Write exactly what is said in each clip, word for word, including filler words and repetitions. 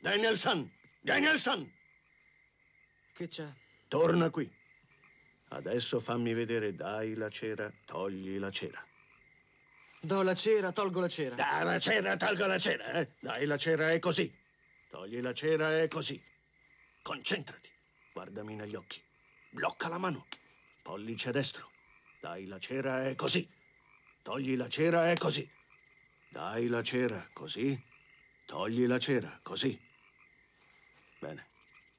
Danielson! Danielson! Che c'è? Torna qui. Adesso fammi vedere, dai la cera, togli la cera. Do la cera, tolgo la cera. Dai la cera, tolgo la cera, eh? Dai la cera, è così. Togli la cera, è così. Concentrati. Guardami negli occhi. Blocca la mano. Pollice destro. Dai la cera, è così. Togli la cera, è così. Dai la cera, così. Togli la cera, così. Bene.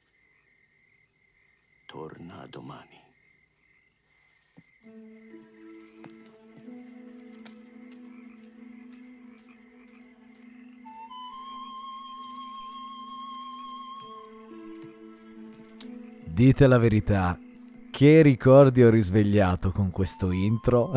Torna domani. Dite la verità, che ricordi ho risvegliato con questo intro?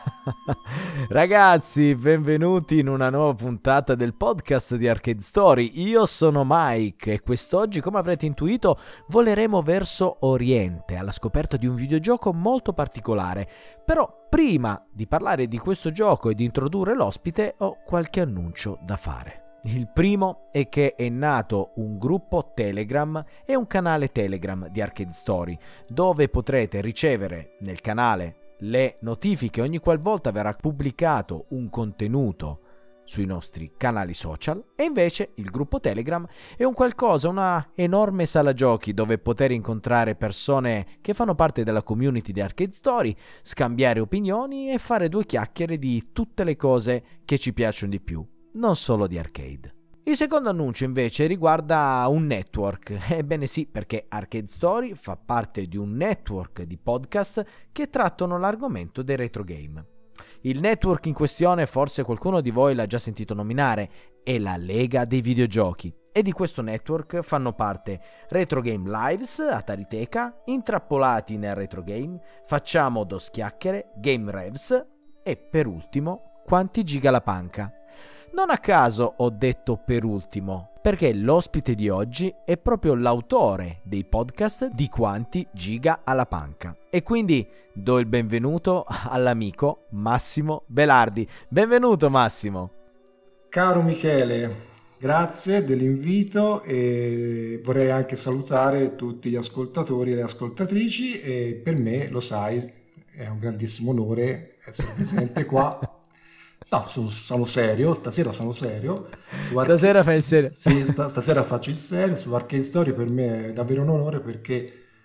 Ragazzi, benvenuti in una nuova puntata del podcast di Arcade Story. Io sono Mike e quest'oggi, come avrete intuito, voleremo verso Oriente, alla scoperta di un videogioco molto particolare. Però prima di parlare di questo gioco e di introdurre l'ospite, ho qualche annuncio da fare. Il primo è che è nato un gruppo Telegram e un canale Telegram di Arcade Story, dove potrete ricevere nel canale le notifiche ogni qualvolta verrà pubblicato un contenuto sui nostri canali social, e invece il gruppo Telegram è un qualcosa, una enorme sala giochi dove poter incontrare persone che fanno parte della community di Arcade Story, scambiare opinioni e fare due chiacchiere di tutte le cose che ci piacciono di più, non solo di arcade. Il secondo annuncio invece riguarda un network. Ebbene sì, perché Arcade Story fa parte di un network di podcast che trattano l'argomento dei retro game. Il network in questione, forse qualcuno di voi l'ha già sentito nominare, è la Lega dei Videogiochi. E di questo network fanno parte Retro Game Lives, Atariteca, Intrappolati nel Retro Game, Facciamo dos chiacchiere, Game Revs e per ultimo Quanti giga la panca. Non a caso ho detto per ultimo, perché l'ospite di oggi è proprio l'autore dei podcast di Quanti giga alla panca. E quindi do il benvenuto all'amico Massimo Belardi. Benvenuto Massimo. Caro Michele, grazie dell'invito e vorrei anche salutare tutti gli ascoltatori e le ascoltatrici, e per me, lo sai, è un grandissimo onore essere presente qua. No, sono, sono serio, stasera sono serio. Su Arca... Stasera fai il serio? Sì, st- stasera faccio il serio. Su Arcade Story per me è davvero un onore, perché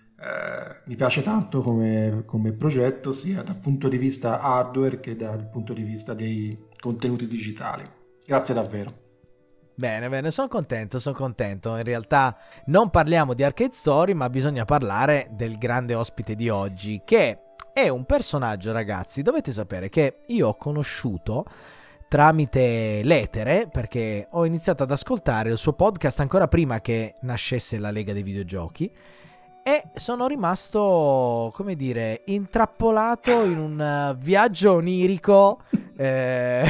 eh, mi piace tanto come, come progetto, sia dal punto di vista hardware che dal punto di vista dei contenuti digitali. Grazie davvero. Bene, bene, sono contento, sono contento. In realtà non parliamo di Arcade Story, ma bisogna parlare del grande ospite di oggi, che è un personaggio, ragazzi. Dovete sapere che io ho conosciuto tramite l'etere, perché ho iniziato ad ascoltare il suo podcast ancora prima che nascesse la Lega dei Videogiochi, e sono rimasto, come dire, intrappolato in un viaggio onirico. Eh...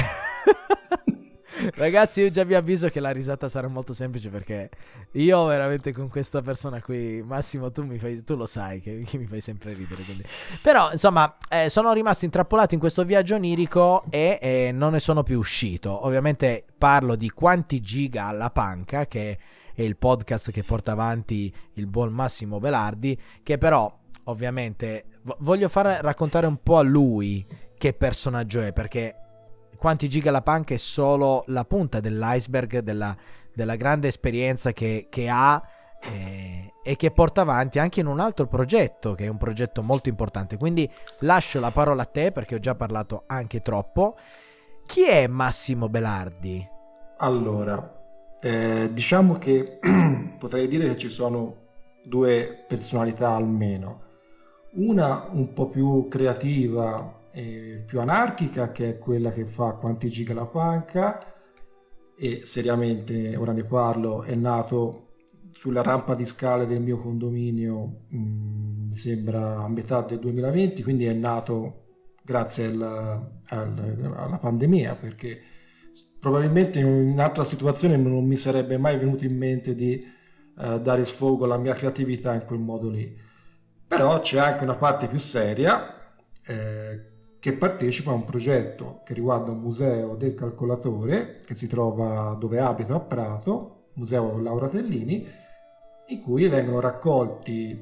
Ragazzi, io già vi avviso che la risata sarà molto semplice, perché io veramente con questa persona qui, Massimo, tu mi fai, tu lo sai che, che mi fai sempre ridere, quindi. Però insomma eh, sono rimasto intrappolato in questo viaggio onirico e eh, non ne sono più uscito. Ovviamente parlo di Quanti giga alla panca, che è il podcast che porta avanti il buon Massimo Belardi, che però ovviamente v- voglio far raccontare un po' a lui che personaggio è, perché Quanti giga la panca è solo la punta dell'iceberg della, della grande esperienza che, che ha eh, e che porta avanti anche in un altro progetto, che è un progetto molto importante. Quindi lascio la parola a te, perché ho già parlato anche troppo. Chi è Massimo Belardi? Allora, eh, diciamo che potrei dire che ci sono due personalità almeno. Una un po' più creativa e più anarchica, che è quella che fa Quanti giga la panca, e seriamente ora ne parlo, è nato sulla rampa di scale del mio condominio, mh, mi sembra a metà del duemilaventi, quindi è nato grazie al, al, alla pandemia, perché probabilmente in un'altra situazione non mi sarebbe mai venuto in mente di eh, dare sfogo alla mia creatività in quel modo lì. Però c'è anche una parte più seria, eh, che partecipa a un progetto che riguarda un museo del calcolatore che si trova dove abito, a Prato, Museo Laura Tellini, in cui vengono raccolti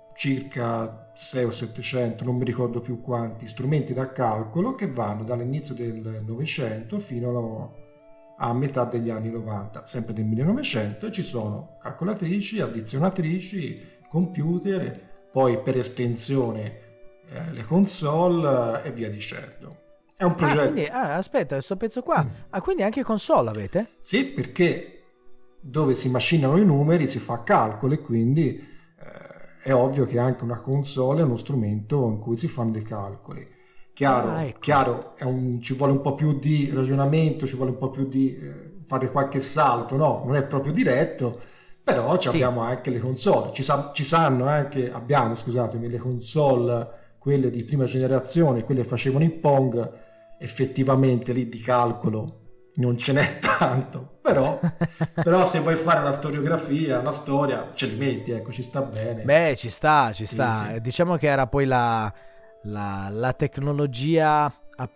circa sei o settecento, non mi ricordo più quanti, strumenti da calcolo che vanno dall'inizio del Novecento fino a metà degli anni novanta, sempre del millenovecento, e ci sono calcolatrici, addizionatrici, computer, poi per estensione eh, le console eh, e via dicendo. È un progetto... Ah, quindi, ah, aspetta, questo pezzo qua. Ah, quindi anche console avete? Sì, perché dove si macinano i numeri si fa calcolo, e quindi eh, è ovvio che anche una console è uno strumento in cui si fanno dei calcoli. Chiaro, ah, ecco. chiaro è un, ci vuole un po' più di ragionamento, ci vuole un po' più di eh, fare qualche salto, no? Non è proprio diretto, però ci Sì. abbiamo anche le console, ci, sa, ci sanno anche, abbiamo, scusatemi, le console, quelle di prima generazione, quelle che facevano il Pong, effettivamente lì di calcolo non ce n'è tanto, però, però se vuoi fare una storiografia, una storia, ce li metti, ecco, ci sta bene. Beh, ci sta, ci Sì, sta. sì. Diciamo che era poi la, la, la tecnologia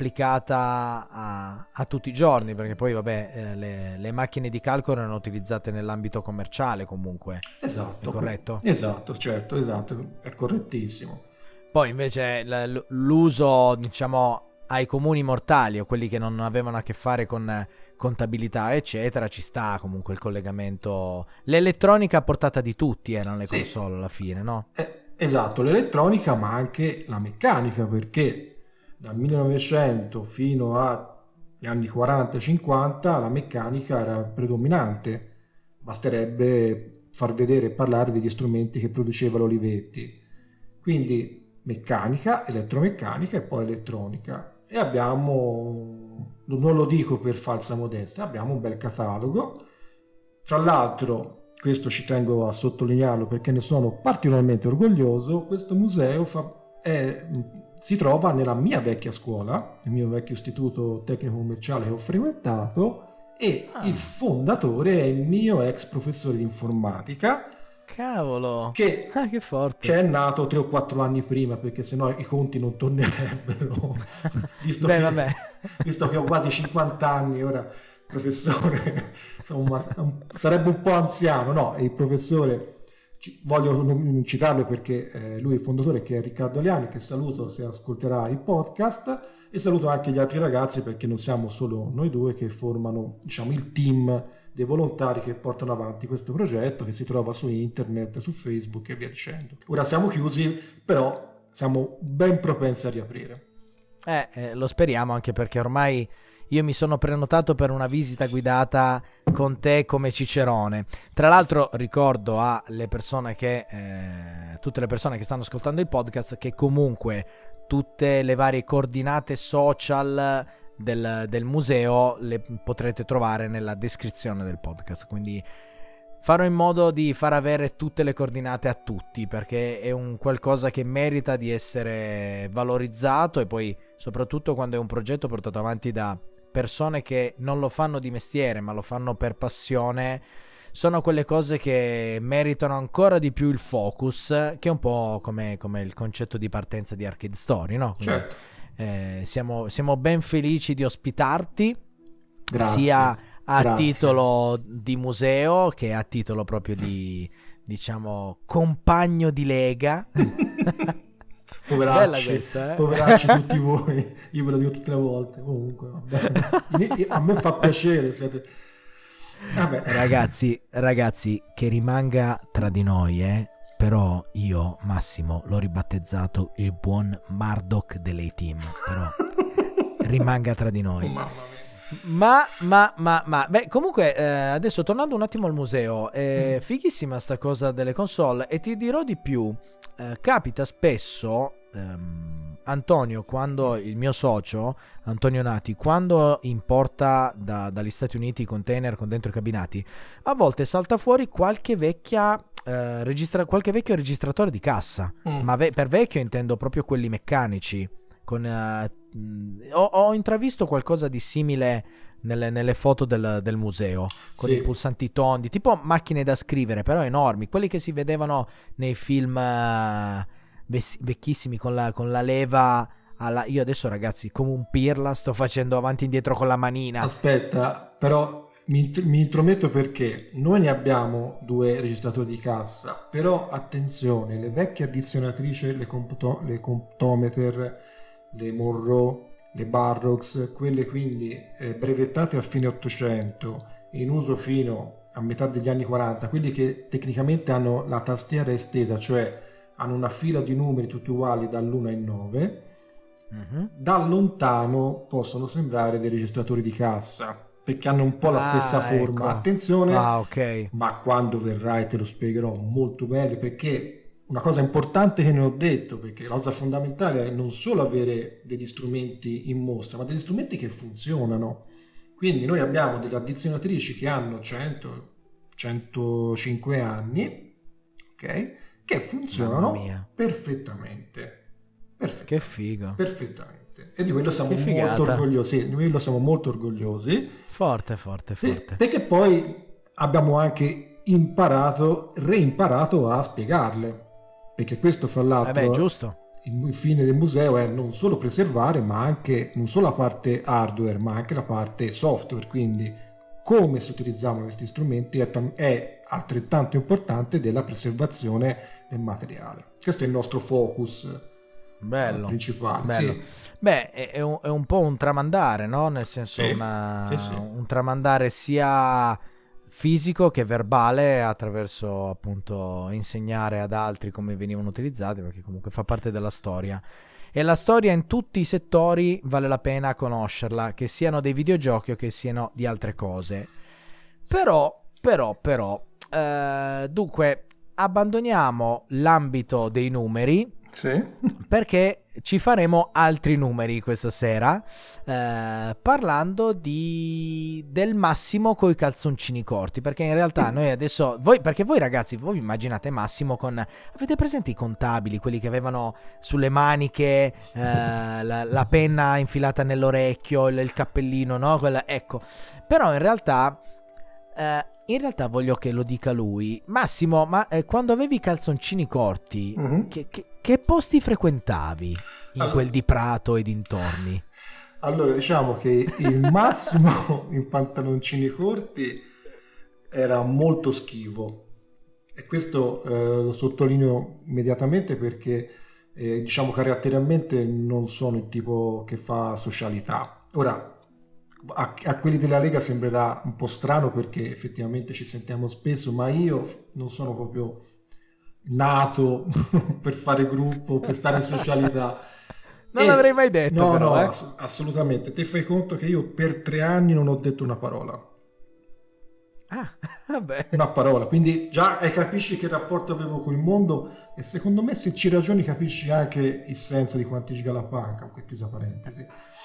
applicata a, a tutti i giorni, perché poi vabbè eh, le, le macchine di calcolo erano utilizzate nell'ambito commerciale comunque. Esatto. È corretto? Esatto, certo, esatto, è correttissimo. Poi invece l- l'uso, diciamo, ai comuni mortali o quelli che non avevano a che fare con contabilità eccetera, ci sta comunque il collegamento, l'elettronica a portata di tutti erano le Sì. console alla fine, no? Eh, esatto, l'elettronica, ma anche la meccanica, perché dal millenovecento fino agli anni quaranta cinquanta la meccanica era predominante. Basterebbe far vedere e parlare degli strumenti che produceva l'Olivetti. Quindi meccanica, elettromeccanica e poi elettronica. E abbiamo, non lo dico per falsa modestia, abbiamo un bel catalogo. Tra l'altro, questo ci tengo a sottolinearlo perché ne sono particolarmente orgoglioso, questo museo fa, è, si trova nella mia vecchia scuola, nel mio vecchio istituto tecnico commerciale che ho frequentato, e Ah. il fondatore è il mio ex professore di informatica, Cavolo! che, Ah, che forte! che è nato tre o quattro anni prima, perché sennò i conti non tornerebbero. Visto, Beh, che, vabbè. visto che ho quasi cinquanta anni ora, professore, insomma, sarebbe un po' anziano, no? E il professore, ci- voglio non citarlo perché eh, lui è il fondatore, che è Riccardo Aliani, che saluto se ascolterà il podcast, e saluto anche gli altri ragazzi, perché non siamo solo noi due che formano, diciamo, il team dei volontari che portano avanti questo progetto, che si trova su internet, su Facebook e via dicendo. Ora siamo chiusi, però siamo ben propensi a riaprire. Eh, eh, lo speriamo, anche perché ormai io mi sono prenotato per una visita guidata con te come Cicerone. Tra l'altro ricordo alle persone che eh, tutte le persone che stanno ascoltando il podcast che comunque tutte le varie coordinate social del, del museo le potrete trovare nella descrizione del podcast, quindi farò in modo di far avere tutte le coordinate a tutti, perché è un qualcosa che merita di essere valorizzato, e poi soprattutto quando è un progetto portato avanti da persone che non lo fanno di mestiere ma lo fanno per passione, sono quelle cose che meritano ancora di più il focus, che è un po' come, come il concetto di partenza di Arcade Story, no? Quindi, Certo. eh, siamo, siamo ben felici di ospitarti, Grazie. sia a Grazie. titolo di museo che a titolo proprio di, diciamo, compagno di lega. Bella Poveracci, questa, eh? poveracci tutti voi, io ve lo dico tutte le volte, comunque, vabbè. A me fa piacere, siete... Vabbè. Ragazzi, ragazzi, che rimanga tra di noi, eh? Però io, Massimo, l'ho ribattezzato il buon Murdoch dell'A-Team, però rimanga tra di noi. Oh, mamma mia. Ma, ma, ma, ma, beh, comunque, eh, adesso tornando un attimo al museo, è fighissima sta cosa delle console, e ti dirò di più, eh, capita spesso, ehm, Antonio, quando il mio socio, Antonio Nati, quando importa da, dagli Stati Uniti i container con dentro i cabinati, a volte salta fuori qualche vecchia, eh, registra, qualche vecchio registratore di cassa, Mm. ma ve- per vecchio intendo proprio quelli meccanici, con... eh, mh, ho, ho intravisto qualcosa di simile nelle, nelle foto del, del museo, con Sì. i pulsanti tondi, tipo macchine da scrivere, però enormi, quelli che si vedevano nei film eh, ves- vecchissimi con la, con la leva alla... Io adesso, ragazzi, come un pirla sto facendo avanti e indietro con la manina. Aspetta, però mi, mi intrometto perché noi ne abbiamo due registratori di cassa, però attenzione, le vecchie addizionatrici, le, computo, le Comptometer, le Monroe, le Barrocks, quelle quindi eh, brevettate a fine Ottocento, in uso fino a metà degli anni quaranta, quelli che tecnicamente hanno la tastiera estesa, cioè hanno una fila di numeri tutti uguali dall'uno ai nove, mm-hmm. da lontano possono sembrare dei registratori di cassa, perché hanno un po' la stessa ah, forma. Ecco. Attenzione, ah, okay. ma quando verrai te lo spiegherò molto bene, perché una cosa importante che ne ho detto, perché la cosa fondamentale è non solo avere degli strumenti in mostra, ma degli strumenti che funzionano. Quindi noi abbiamo delle addizionatrici che hanno cento centocinque anni, ok, che funzionano perfettamente. perfettamente. Che figo. Perfettamente. E di quello siamo molto orgogliosi. Sì, di quello siamo molto orgogliosi. Forte, forte, forte. Sì, perché poi abbiamo anche imparato, reimparato a spiegarle. Perché questo, fra l'altro, eh beh, giusto. Il fine del museo è non solo preservare, ma anche non solo la parte hardware, ma anche la parte software. Quindi come si utilizzano questi strumenti è, t- è altrettanto importante della preservazione del materiale. Questo è il nostro focus bello, principale. Bello. Sì. Beh, è, è, un, è un po' un tramandare, no? Nel senso, sì. Una, sì, sì. un tramandare sia fisico che verbale, attraverso appunto insegnare ad altri come venivano utilizzati, perché comunque fa parte della storia, e la storia in tutti i settori vale la pena conoscerla, che siano dei videogiochi o che siano di altre cose. Però però però eh, dunque abbandoniamo l'ambito dei numeri, sì. perché ci faremo altri numeri questa sera, eh, parlando di del Massimo coi calzoncini corti, perché in realtà noi adesso voi, perché voi ragazzi, voi immaginate Massimo con, avete presente i contabili, quelli che avevano sulle maniche eh, la, la penna infilata nell'orecchio, il, il cappellino, no? Quella, ecco, però in realtà eh, in realtà voglio che lo dica lui. Massimo, ma eh, quando avevi i calzoncini corti, mm-hmm. che, che, che posti frequentavi in allora, quel di Prato e dintorni? Allora, diciamo che il Massimo in pantaloncini corti era molto schivo, e questo eh, lo sottolineo immediatamente perché eh, diciamo caratterialmente non sono il tipo che fa socialità. Ora, A, a quelli della Lega sembrerà un po' strano perché effettivamente ci sentiamo spesso, ma io non sono proprio nato per fare gruppo, per stare in socialità. Non e, l'avrei mai detto. No, però, no, eh. ass- assolutamente. Te fai conto che io per tre anni non ho detto una parola. Ah, vabbè. Una parola, quindi già eh, capisci che rapporto avevo col mondo, e secondo me se ci ragioni capisci anche il senso di quanti giga la panca, chiusa parentesi.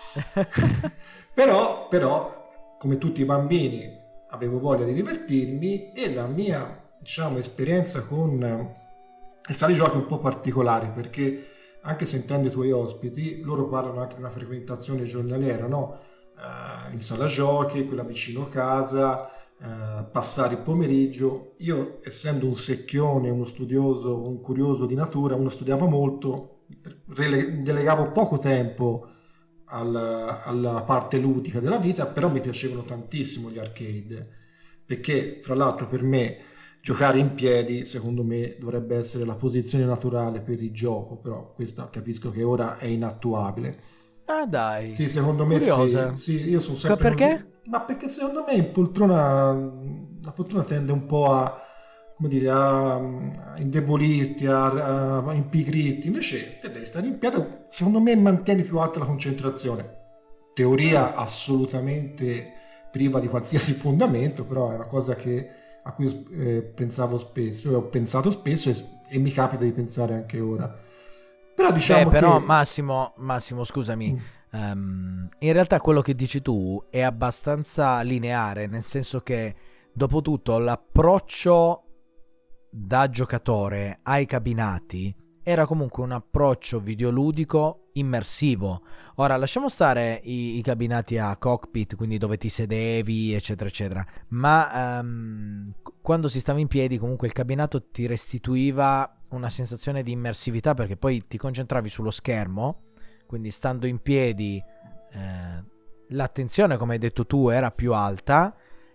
però, però, come tutti i bambini, avevo voglia di divertirmi, e la mia, diciamo, esperienza con eh, sale giochi è un po' particolare, perché anche sentendo i tuoi ospiti, loro parlano anche di una frequentazione giornaliera, no? Uh, in sala giochi, quella vicino casa, uh, passare il pomeriggio. Io, essendo un secchione, uno studioso, un curioso di natura, uno studiava molto, rele- delegavo poco tempo alla, alla parte ludica della vita, però mi piacevano tantissimo gli arcade, perché fra l'altro per me giocare in piedi secondo me dovrebbe essere la posizione naturale per il gioco, però questo capisco che ora è inattuabile. Ah dai, sì, secondo me curiosa. sì, sì, io sono sempre perché? Così. Ma perché secondo me in poltrona la poltrona tende un po' a, come dire, a, a indebolirti, a, a impigrirti, invece te devi stare in piedi, secondo me mantieni più alta la concentrazione. Teoria assolutamente priva di qualsiasi fondamento, però è una cosa che, a cui eh, pensavo spesso, e ho pensato spesso, e, e mi capita di pensare anche ora. Però diciamo Beh, però che... Massimo, Massimo scusami, mm. um, in realtà quello che dici tu è abbastanza lineare, nel senso che dopo tutto l'approccio da giocatore ai cabinati era comunque un approccio videoludico immersivo. Ora lasciamo stare i, i cabinati a cockpit, quindi dove ti sedevi eccetera eccetera, ma um, quando si stava in piedi comunque il cabinato ti restituiva una sensazione di immersività, perché poi ti concentravi sullo schermo, quindi stando in piedi eh, l'attenzione, come hai detto tu, era più alta,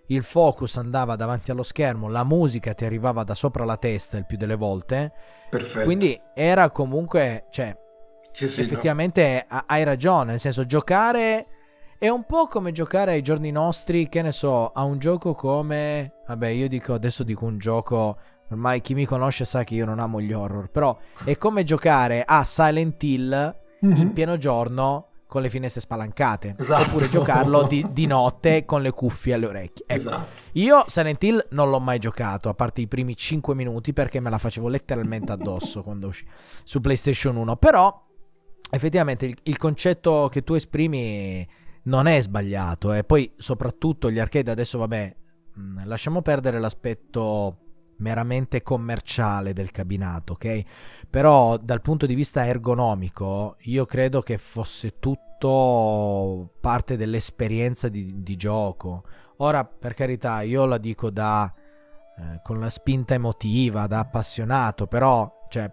il focus andava davanti allo schermo, la musica ti arrivava da sopra la testa il più delle volte. Perfetto. Quindi era comunque, cioè, Sì, sì, effettivamente no. Hai ragione, nel senso, giocare è un po' come giocare ai giorni nostri, che ne so, a un gioco come, vabbè, io dico adesso dico un gioco, ormai chi mi conosce sa che io non amo gli horror, però è come giocare a Silent Hill mm-hmm. in pieno giorno con le finestre spalancate, esatto. Oppure giocarlo di, di notte con le cuffie alle orecchie. Ecco. Esatto. Io Silent Hill non l'ho mai giocato, a parte i primi cinque minuti, perché me la facevo letteralmente addosso quando uscì su PlayStation uno. Però effettivamente il, il concetto che tu esprimi non è sbagliato, e eh. poi soprattutto gli arcade adesso, vabbè, mh, lasciamo perdere l'aspetto meramente commerciale del cabinato, ok? Però dal punto di vista ergonomico io credo che fosse tutto parte dell'esperienza di, di gioco. Ora, per carità, io la dico da eh, con la spinta emotiva, da appassionato, però cioè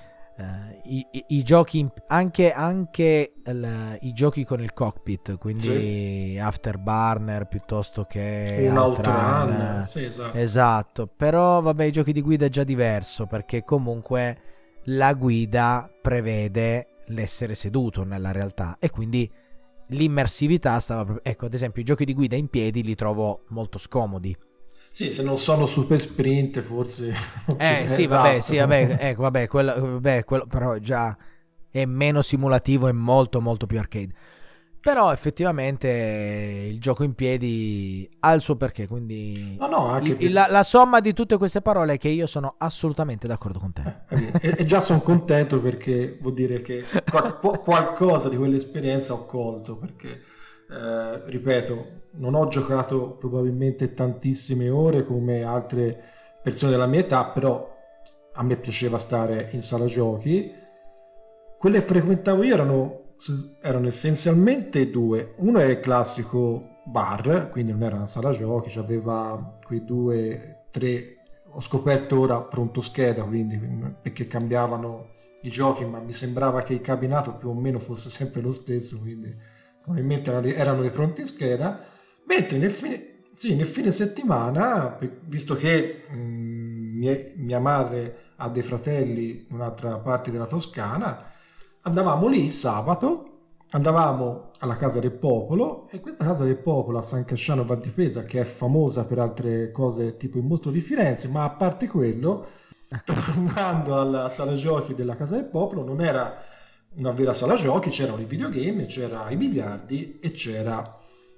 Uh, i, i, i giochi anche, anche il, i giochi con il cockpit, quindi sì. Afterburner piuttosto che un Outrun, Outrun sì, esatto. esatto. Però vabbè, i giochi di guida è già diverso, perché comunque la guida prevede l'essere seduto nella realtà, e quindi l'immersività stava, ecco, ad esempio i giochi di guida in piedi li trovo molto scomodi. Sì, se non sono super sprint forse. Eh sì, esatto. vabbè, sì, vabbè, ecco, vabbè, quello, vabbè, quello però già è meno simulativo e molto molto più arcade. Però effettivamente il gioco in piedi ha il suo perché, quindi no, no, anche il, la, la somma di tutte queste parole è che io sono assolutamente d'accordo con te. Eh, e, e già sono contento, perché vuol dire che qual, qualcosa di quell'esperienza ho colto, perché eh, ripeto, non ho giocato probabilmente tantissime ore come altre persone della mia età, però a me piaceva stare in sala giochi. Quelle che frequentavo io erano, erano essenzialmente due. Uno è il classico bar, quindi non era una sala giochi, aveva quei due, tre, ho scoperto ora pronto scheda, quindi perché cambiavano i giochi, ma mi sembrava che il cabinato più o meno fosse sempre lo stesso, quindi probabilmente erano dei pronti scheda. Mentre nel fine, sì, nel fine settimana, visto che mh, mia, mia madre ha dei fratelli in un'altra parte della Toscana, andavamo lì il sabato, andavamo alla Casa del Popolo, e questa Casa del Popolo a San Casciano Val di Pesa, che è famosa per altre cose tipo il Mostro di Firenze, ma a parte quello, tornando alla sala giochi della Casa del Popolo, non era una vera sala giochi, c'erano i videogame, c'era i biliardi e c'era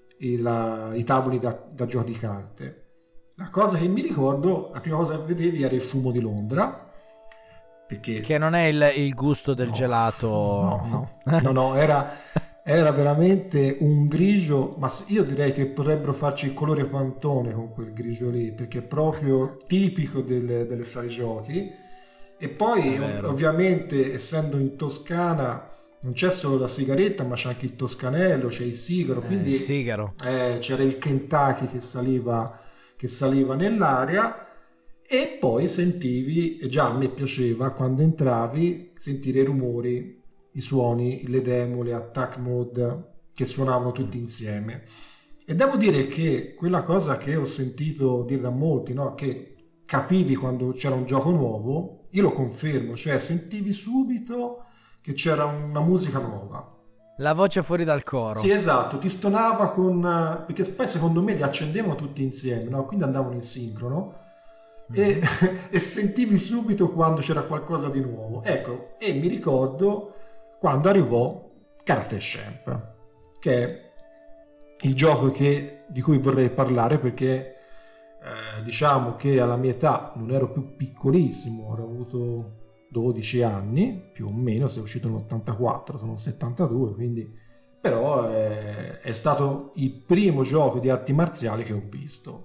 il, i tavoli da, da gioco di carte. La cosa che mi ricordo, la prima cosa che vedevi era il fumo di Londra, perché che non è il, il gusto del no, gelato, no, no, no, no era, era veramente un grigio, ma io direi che potrebbero farci il colore Pantone con quel grigio lì, perché è proprio tipico delle, delle sale giochi. E poi ov- ovviamente, essendo in Toscana, non c'è solo la sigaretta, ma c'è anche il toscanello, c'è il sigaro, quindi eh, sigaro. Eh, c'era il Kentucky che saliva, che saliva nell'aria. E poi sentivi, e già a me piaceva quando entravi, sentire i rumori, i suoni, le demo, le attack mode che suonavano tutti insieme. E devo dire che quella cosa che ho sentito dire da molti, no? Che capivi quando c'era un gioco nuovo, io lo confermo, cioè sentivi subito che c'era una musica nuova. La voce fuori dal coro. Sì, esatto, ti stonava con... perché poi secondo me li accendevano tutti insieme, no? Quindi andavano in sincrono. E, e sentivi subito quando c'era qualcosa di nuovo. Ecco, e mi ricordo quando arrivò Karate Champ, che è il gioco che, di cui vorrei parlare, perché eh, diciamo che alla mia età non ero più piccolissimo, ho avuto dodici anni più o meno, se è uscito nell'ottantaquattro, sono settantadue, quindi però eh, è stato il primo gioco di arti marziali che ho visto.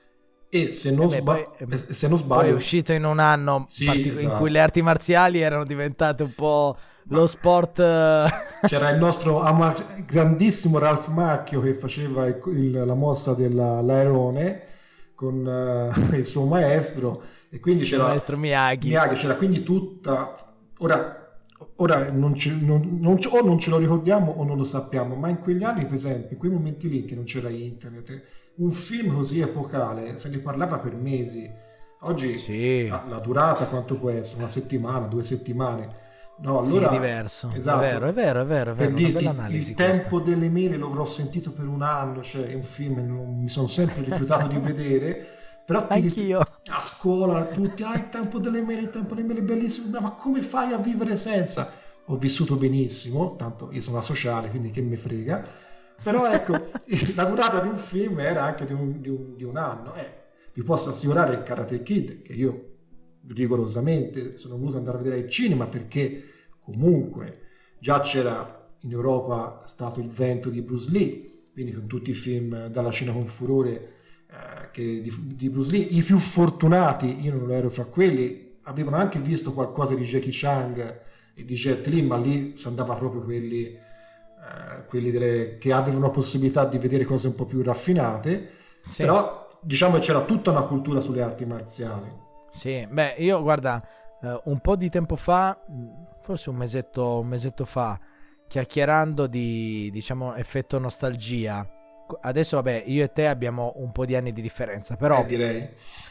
E se non, eh beh, sba- poi, se non sbaglio, poi è uscito in un anno sì, partic- esatto. in cui le arti marziali erano diventate un po' lo sport. C'era il nostro ama- grandissimo Ralph Macchio che faceva il, il, la mossa dell'airone con uh, il suo maestro, e quindi c'era il maestro Miyagi. Miyagi, c'era quindi tutta. Ora, ora non ce, non, non, o non ce lo ricordiamo o non lo sappiamo, ma in quegli anni, per esempio, in quei momenti lì che non c'era internet, un film così epocale se ne parlava per mesi. Oggi sì. la, la durata quanto può essere? Una settimana, due settimane? No, allora, sì, è diverso. Esatto. È vero, è vero, è vero. È vero, per dirti, il Tempo delle mele l'avrò sentito per un anno, cioè un film non mi sono sempre rifiutato di vedere, però ti anch'io a scuola tutti, ah, il Tempo delle mele, il Tempo delle mele è bellissimo, ma come fai a vivere senza? Ho vissuto benissimo, tanto io sono asociale, quindi che me frega, però ecco, la durata di un film era anche di un, di un, di un anno. Eh, vi posso assicurare il Karate Kid, che io rigorosamente sono voluto andare a vedere al cinema perché comunque già c'era in Europa stato il vento di Bruce Lee, quindi con tutti i film Dalla cena con furore eh, che di, di Bruce Lee, i più fortunati, io non ero fra quelli, avevano anche visto qualcosa di Jackie Chan e di Jet Li, ma lì si andava proprio quelli, eh, quelli delle, che avevano la possibilità di vedere cose un po' più raffinate, sì. Però diciamo che c'era tutta una cultura sulle arti marziali. Sì, beh, io guarda, eh, un po' di tempo fa, forse un mesetto, un mesetto fa, chiacchierando di, diciamo, effetto nostalgia. Adesso, vabbè, io e te abbiamo un po' di anni di differenza, però... Eh, direi.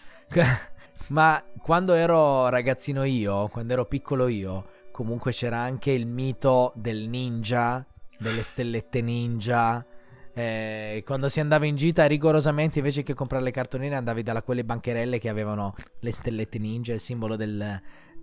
Ma quando ero ragazzino io, quando ero piccolo io, comunque c'era anche il mito del ninja, delle stellette ninja... Eh, quando si andava in gita rigorosamente invece che comprare le cartoline andavi da quelle bancherelle che avevano le stellette ninja, il simbolo del,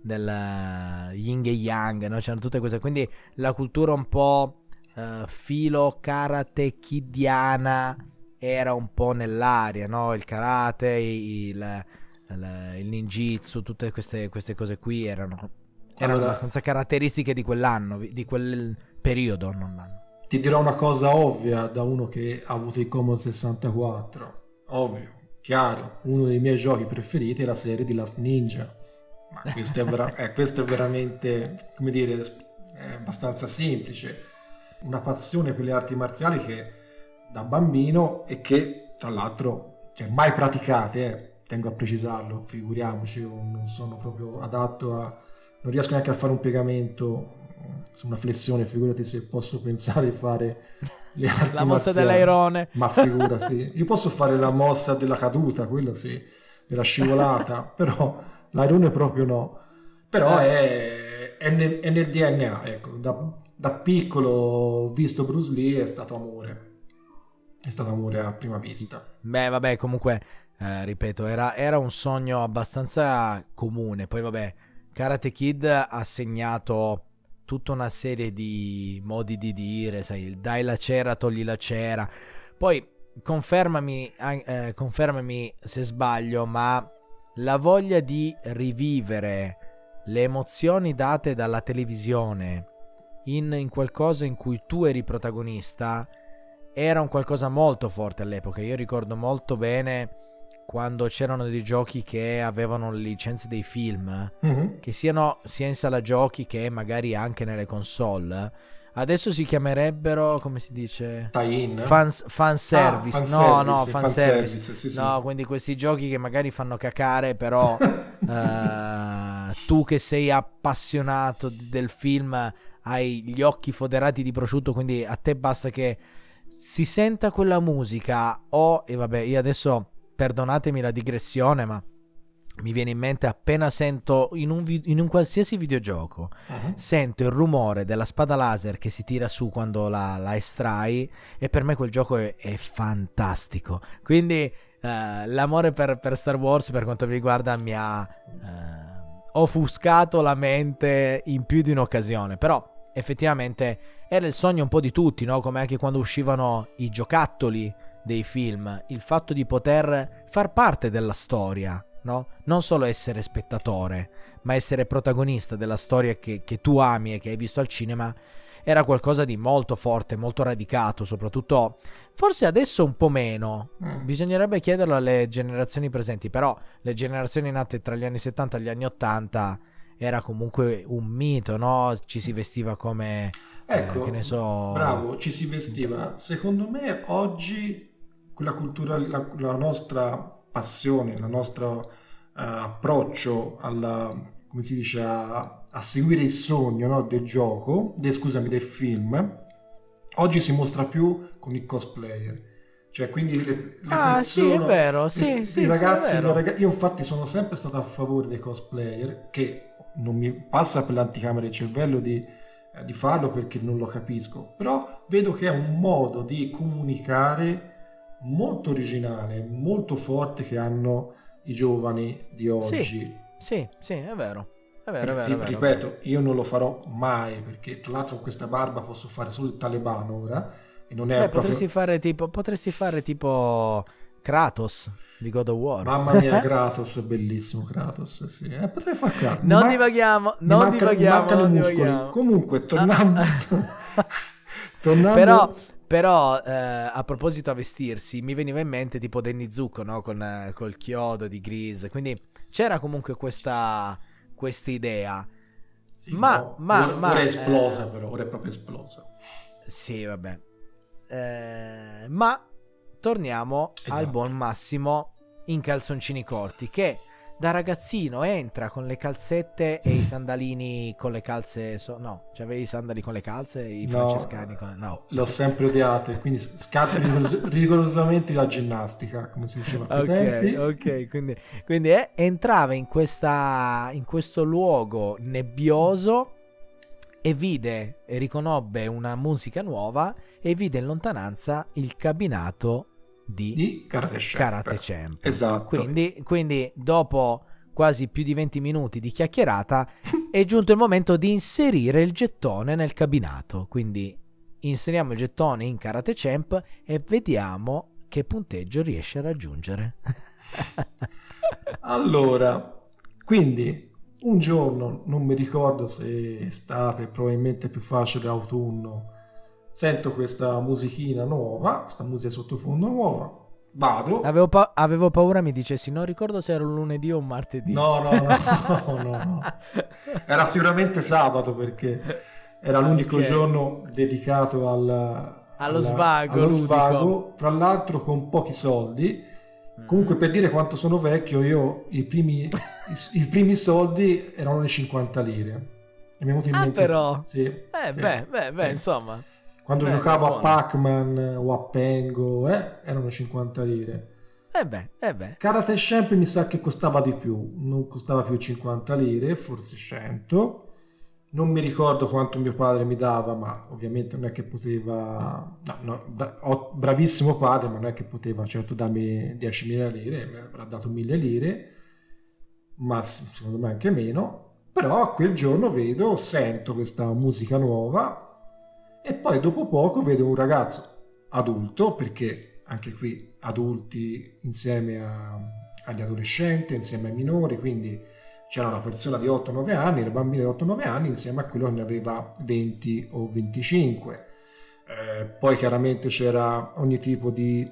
del yin e yang, no? C'erano tutte queste, quindi la cultura un po' uh, filo karate kidiana era un po' nell'aria, no? Il karate, il, il, il ninjitsu, tutte queste, queste cose qui erano, erano allora, abbastanza caratteristiche di quell'anno, di quel periodo, non l'anno. Ti dirò una cosa ovvia da uno che ha avuto il Commodore sessantaquattro. Ovvio, chiaro, uno dei miei giochi preferiti è la serie di Last Ninja. Ma questo è, vera- eh, questo è veramente, come dire, è abbastanza semplice. Una passione per le arti marziali che da bambino e che tra l'altro cioè, mai praticate, eh, tengo a precisarlo, figuriamoci, io non sono proprio adatto a... non riesco neanche a fare un piegamento su una flessione, figurati se posso pensare di fare le arti la mossa marziali. dell'airone, ma figurati, io posso fare la mossa della caduta, quella sì, della scivolata, però l'airone proprio no, però è, è, nel, è nel D N A, ecco, da, da piccolo ho visto Bruce Lee, è stato amore, è stato amore a prima vista. Beh vabbè, comunque eh, ripeto, era, era un sogno abbastanza comune, poi vabbè, Karate Kid ha segnato tutta una serie di modi di dire, sai, dai la cera, togli la cera. Poi confermami, eh, confermami se sbaglio, ma la voglia di rivivere le emozioni date dalla televisione in, in qualcosa in cui tu eri protagonista era un qualcosa molto forte all'epoca. Io ricordo molto bene quando c'erano dei giochi che avevano le licenze dei film, mm-hmm. che siano sia in sala giochi che magari anche nelle console. Adesso si chiamerebbero, come si dice? Tie-in? Fans, fan service. Ah, fan no, service, no, fan, fan service. service sì, sì. No, quindi questi giochi che magari fanno cacare, però uh, tu che sei appassionato del film hai gli occhi foderati di prosciutto, quindi a te basta che si senta quella musica o, e vabbè, io adesso perdonatemi la digressione, ma mi viene in mente appena sento in un, vi- in un qualsiasi videogioco uh-huh. sento il rumore della spada laser che si tira su quando la, la estrai, e per me quel gioco è, è fantastico. Quindi uh, l'amore per, per Star Wars per quanto mi riguarda mi ha uh, offuscato la mente in più di un'occasione, però effettivamente era il sogno un po' di tutti, no? Come anche quando uscivano i giocattoli dei film, il fatto di poter far parte della storia, no? Non solo essere spettatore, ma essere protagonista della storia che, che tu ami e che hai visto al cinema, era qualcosa di molto forte, molto radicato, soprattutto forse adesso un po' meno, mm. bisognerebbe chiederlo alle generazioni presenti, però le generazioni nate tra gli anni settanta e gli anni ottanta era comunque un mito, no? Ci si vestiva come, ecco, eh, che ne so... Bravo, ci si vestiva. Secondo me oggi quella cultura, la, la nostra passione, il nostro uh, approccio alla, come si dice, a, a seguire il sogno, no, del gioco, de, scusami, del film, oggi si mostra più con il cosplayer. Cioè, quindi le, le Ah, sì, è persone, vero, sì, i, sì, i sì, ragazzi, è le vero. raga- io infatti sono sempre stato a favore dei cosplayer, che non mi passa per l'anticamera del cervello di, eh, di farlo perché non lo capisco, però vedo che è un modo di comunicare molto originale, molto forte che hanno i giovani di Sì, oggi. sì, sì, è vero. È vero, è vero, Ri- è vero. ripeto, io non lo farò mai perché tra l'altro con questa barba posso fare solo il talebano ora e non è Beh, proprio... potresti fare tipo, potresti fare tipo Kratos di God of War. Mamma mia, Kratos, bellissimo Kratos, sì. Eh, potrei fare Kratos. Mi Non man- divaghiamo, mi non manca- mi divaghiamo, mancano non i muscoli. divaghiamo. Comunque, tornando... Ah. tornando... Però, però eh, a proposito a vestirsi, mi veniva in mente tipo Danny Zuko, no? Con eh, col chiodo di Grease. Quindi c'era comunque questa, questa idea. Sì, ma, no, ma, ora, ma, ora è esplosa eh, però, ora è proprio esplosa. Sì, vabbè. Eh, ma torniamo al Esatto. buon Massimo in calzoncini corti, che da ragazzino entra con le calzette e i sandalini con le calze. So- no, c'avevi i sandali con le calze e i No, francescani con. No. le ho sempre odiate, quindi scarpe rigoros- rigorosamente da ginnastica, come si diceva a quei tempi. Ok, ok, quindi, quindi eh, entrava in, questa, in questo luogo nebbioso e vide e riconobbe una musica nuova e vide in lontananza il cabinato di, Di Karate Champ. Karate Champ. Esatto. Quindi, quindi dopo quasi più di venti minuti di chiacchierata è giunto il momento di inserire il gettone nel cabinato. Quindi inseriamo il gettone in Karate Champ e vediamo che punteggio riesce a raggiungere. Allora, quindi un giorno, non mi ricordo se è estate, probabilmente più facile autunno, sento questa musichina nuova, questa musica sottofondo nuova, vado. Avevo, pa- avevo paura mi dicessi, non ricordo se era un lunedì o un martedì. No, no, no, no, no. Era sicuramente sabato perché era l'unico Ok. giorno dedicato al, Allo alla- svago allo ludico. svago, tra l'altro con pochi soldi. Comunque, per dire quanto sono vecchio, io i primi, i, i primi soldi erano le cinquanta lire. E mi è venuto in Ah, mente- però. Sì, Eh sì, beh, beh, beh, sì. insomma. Quando beh, giocavo buono. a Pac-Man o a Pengo, eh, erano cinquanta lire. Eh beh, eh beh. Karate Champ mi sa che costava di più, non costava più cinquanta lire, forse cento. Non mi ricordo quanto mio padre mi dava, ma ovviamente non è che poteva... No, no, bra- ho- bravissimo padre, ma non è che poteva certo darmi diecimila lire, mi avrà dato mille lire, ma s- secondo me anche meno. Però quel giorno vedo, sento questa musica nuova e poi dopo poco vedo un ragazzo adulto, perché anche qui adulti insieme a- agli adolescenti, insieme ai minori, quindi c'era una persona di otto nove anni, il bambino di otto nove anni insieme a quello che ne aveva venti o venticinque. Eh, poi chiaramente c'era ogni tipo di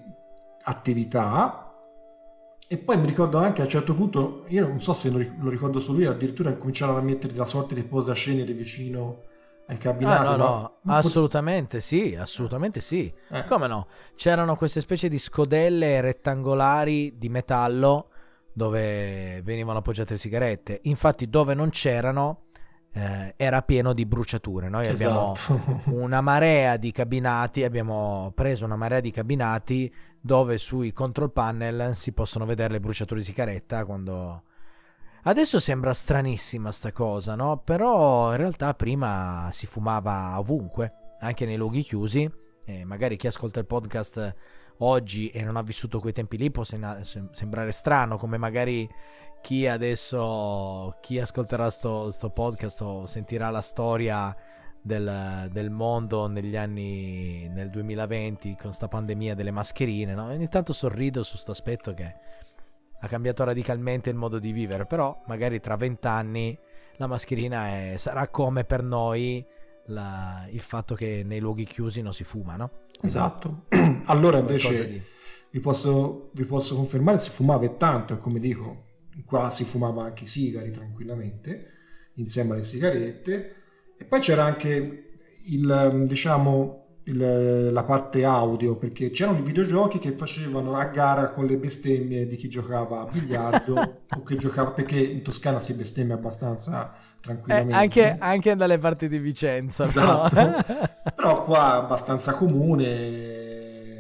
attività e poi mi ricordo anche a un certo punto, io non so se lo ric- lo ricordo solo io, addirittura cominciarono a mettere la sorta di posacenere vicino ai Ah, cabinati. no, ma- no, ma forse- assolutamente sì, assolutamente sì. Eh. Come no? C'erano queste specie di scodelle rettangolari di metallo dove venivano appoggiate le sigarette. Infatti dove non c'erano eh, era pieno di bruciature. Noi abbiamo Esatto. una marea di cabinati, abbiamo preso una marea di cabinati dove sui control panel si possono vedere le bruciature di sigaretta quando... Adesso sembra stranissima sta cosa, no? Però in realtà prima si fumava ovunque, anche nei luoghi chiusi. E magari chi ascolta il podcast oggi e non ha vissuto quei tempi lì può sena- sem- sembrare strano, come magari chi adesso, chi ascolterà sto, sto podcast o sentirà la storia del, del mondo negli anni, nel duemilaventi con sta pandemia delle mascherine, no? Ogni tanto sorrido su sto aspetto che ha cambiato radicalmente il modo di vivere, però magari tra vent'anni la mascherina è, sarà come per noi la, il fatto che nei luoghi chiusi non si fuma, no? Esatto. Allora Qualcosa invece di- vi posso, vi posso confermare si fumava e tanto, e come dico, qua si fumava anche i sigari tranquillamente, insieme alle sigarette, e poi c'era anche il, diciamo, il- la parte audio, perché c'erano i videogiochi che facevano a gara con le bestemmie di chi giocava a biliardo o che giocava, perché in Toscana si bestemmia abbastanza Eh, tranquillamente. anche, anche dalle parti di Vicenza, Esatto. però. Però qua è abbastanza comune.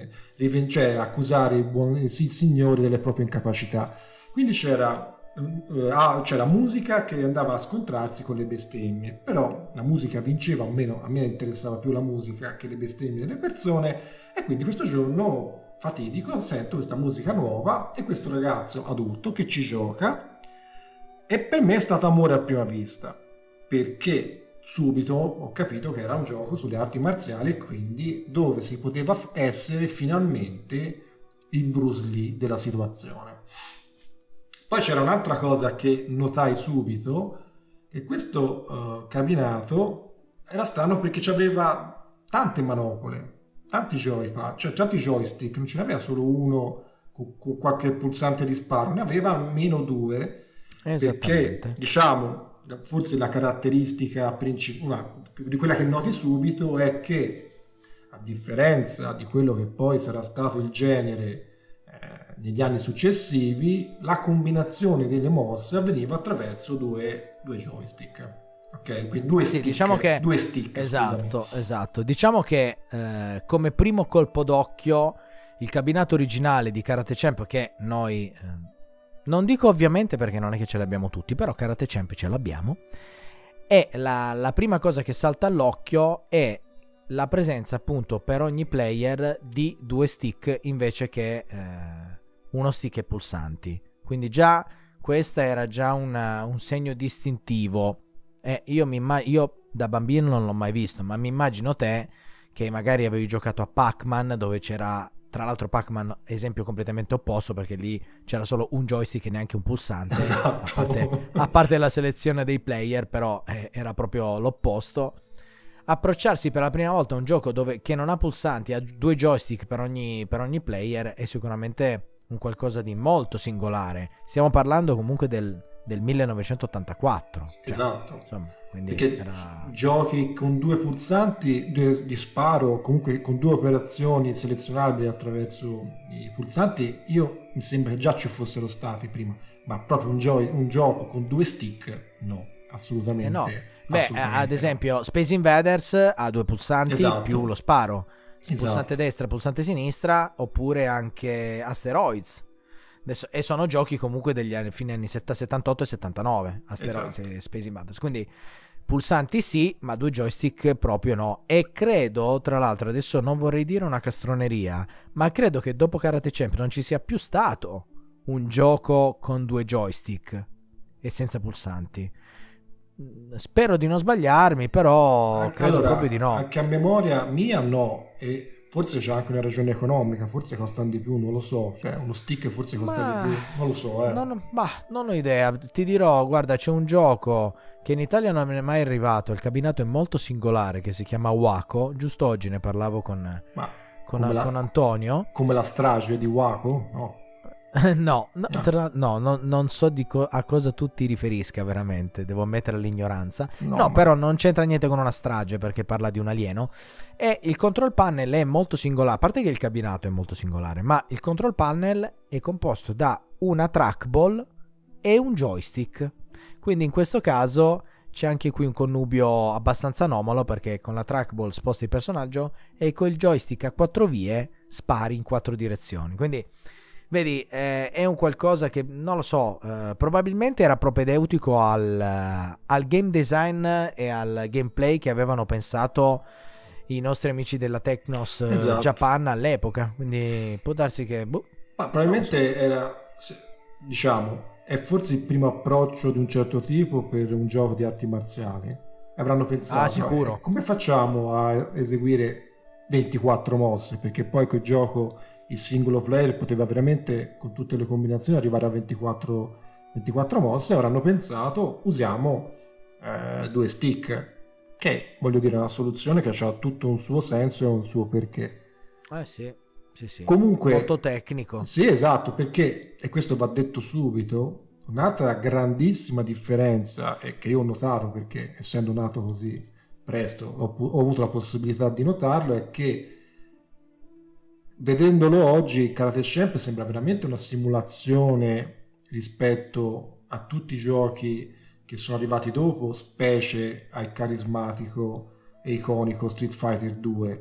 riven- cioè accusare il buon il signore delle proprie incapacità. Quindi c'era, eh, ah, c'era musica che andava a scontrarsi con le bestemmie, però la musica vinceva, o almeno a me interessava più la musica che le bestemmie delle persone, e quindi questo giorno fatidico sento questa musica nuova e questo ragazzo adulto che ci gioca, e per me è stato amore a prima vista, perché subito ho capito che era un gioco sulle arti marziali e quindi dove si poteva essere finalmente il Bruce Lee della situazione. Poi c'era un'altra cosa che notai subito, che questo uh, cabinato era strano perché aveva tante manopole, tanti joypad, cioè tanti joystick, non ce n'aveva solo uno con, con qualche pulsante di sparo, ne aveva almeno due, perché diciamo forse la caratteristica principale di quella che noti subito è che, a differenza di quello che poi sarà stato il genere eh, negli anni successivi, la combinazione delle mosse avveniva attraverso due, due joystick. Ok, quindi due sì, stick, diciamo che, due stick, esatto, scusami. esatto. Diciamo che eh, come primo colpo d'occhio il cabinato originale di Karate Champ, che noi eh, non dico ovviamente perché non è che ce l'abbiamo tutti, però Karate Champ ce l'abbiamo, e la, la prima cosa che salta all'occhio è la presenza appunto per ogni player di due stick invece che eh, uno stick e pulsanti. Quindi già questa era già una, un segno distintivo. Eh, io, mi immag- io da bambino non l'ho mai visto, ma mi immagino te che magari avevi giocato a Pac-Man, dove c'era, tra l'altro Pac-Man esempio completamente opposto, perché lì c'era solo un joystick e neanche un pulsante, esatto. a, parte, a parte la selezione dei player, però eh, era proprio l'opposto. Approcciarsi per la prima volta a un gioco dove, che non ha pulsanti, ha due joystick per ogni, per ogni player, è sicuramente un qualcosa di molto singolare. Stiamo parlando comunque del, del millenovecentottantaquattro, cioè, esatto, insomma, quindi perché era... giochi con due pulsanti due, di sparo, comunque con due operazioni selezionabili attraverso i pulsanti, io mi sembra che già ci fossero stati prima, ma proprio un, gio- un gioco con due stick no, assolutamente, eh no. Beh, assolutamente ad esempio no. Space Invaders ha due pulsanti, esatto, più lo sparo, esatto, pulsante destra, pulsante sinistra, oppure anche Asteroids. Adesso, e sono giochi comunque degli anni, fine anni settantotto e settantanove, Asteroids, esatto, e Space Invaders. Quindi pulsanti sì, ma due joystick proprio no. E credo, tra l'altro, adesso non vorrei dire una castroneria, ma credo che dopo Karate Champ non ci sia più stato un gioco con due joystick e senza pulsanti. Spero di non sbagliarmi, però credo allora, proprio di no. Anche a memoria mia no, e forse c'è anche una ragione economica, forse costano di più, non lo so, cioè uno stick forse costa ma... di più, non lo so, eh. non, ma non ho idea, ti dirò, guarda, c'è un gioco che in Italia non me ne è mai arrivato, il cabinato è molto singolare, che si chiama Waco, giusto oggi ne parlavo con, ma con, la, con Antonio. Come la strage di Waco? No. no, no, no. Tra, no, no, non so di co- a cosa tu ti riferisca veramente, devo ammettere l'ignoranza. No, no ma... però non c'entra niente con una strage perché parla di un alieno. E il control panel è molto singolare, a parte che il cabinato è molto singolare, ma il control panel è composto da una trackball e un joystick. Quindi in questo caso c'è anche qui un connubio abbastanza anomalo, perché con la trackball sposti il personaggio e con il joystick a quattro vie spari in quattro direzioni. Quindi vedi, eh, è un qualcosa che, non lo so, eh, probabilmente era propedeutico al, uh, al game design e al gameplay che avevano pensato i nostri amici della Technos, esatto, Japan all'epoca. Quindi può darsi che... Boh, ma probabilmente so. Era, diciamo, è forse il primo approccio di un certo tipo per un gioco di arti marziali. Avranno pensato, ah, sicuro. Eh, come facciamo a eseguire ventiquattro mosse? Perché poi quel gioco... il singolo player poteva veramente con tutte le combinazioni arrivare a ventiquattro, ventiquattro mosse. Avranno pensato usiamo eh, due stick, che voglio dire è una soluzione che ha tutto un suo senso e un suo perché. Eh sì, sì, sì. Comunque molto tecnico. Sì, esatto, perché, e questo va detto subito, un'altra grandissima differenza, e che io ho notato perché essendo nato così presto ho, ho avuto la possibilità di notarlo, è che vedendolo oggi Karate Champ sembra veramente una simulazione rispetto a tutti i giochi che sono arrivati dopo, specie al carismatico e iconico Street Fighter due.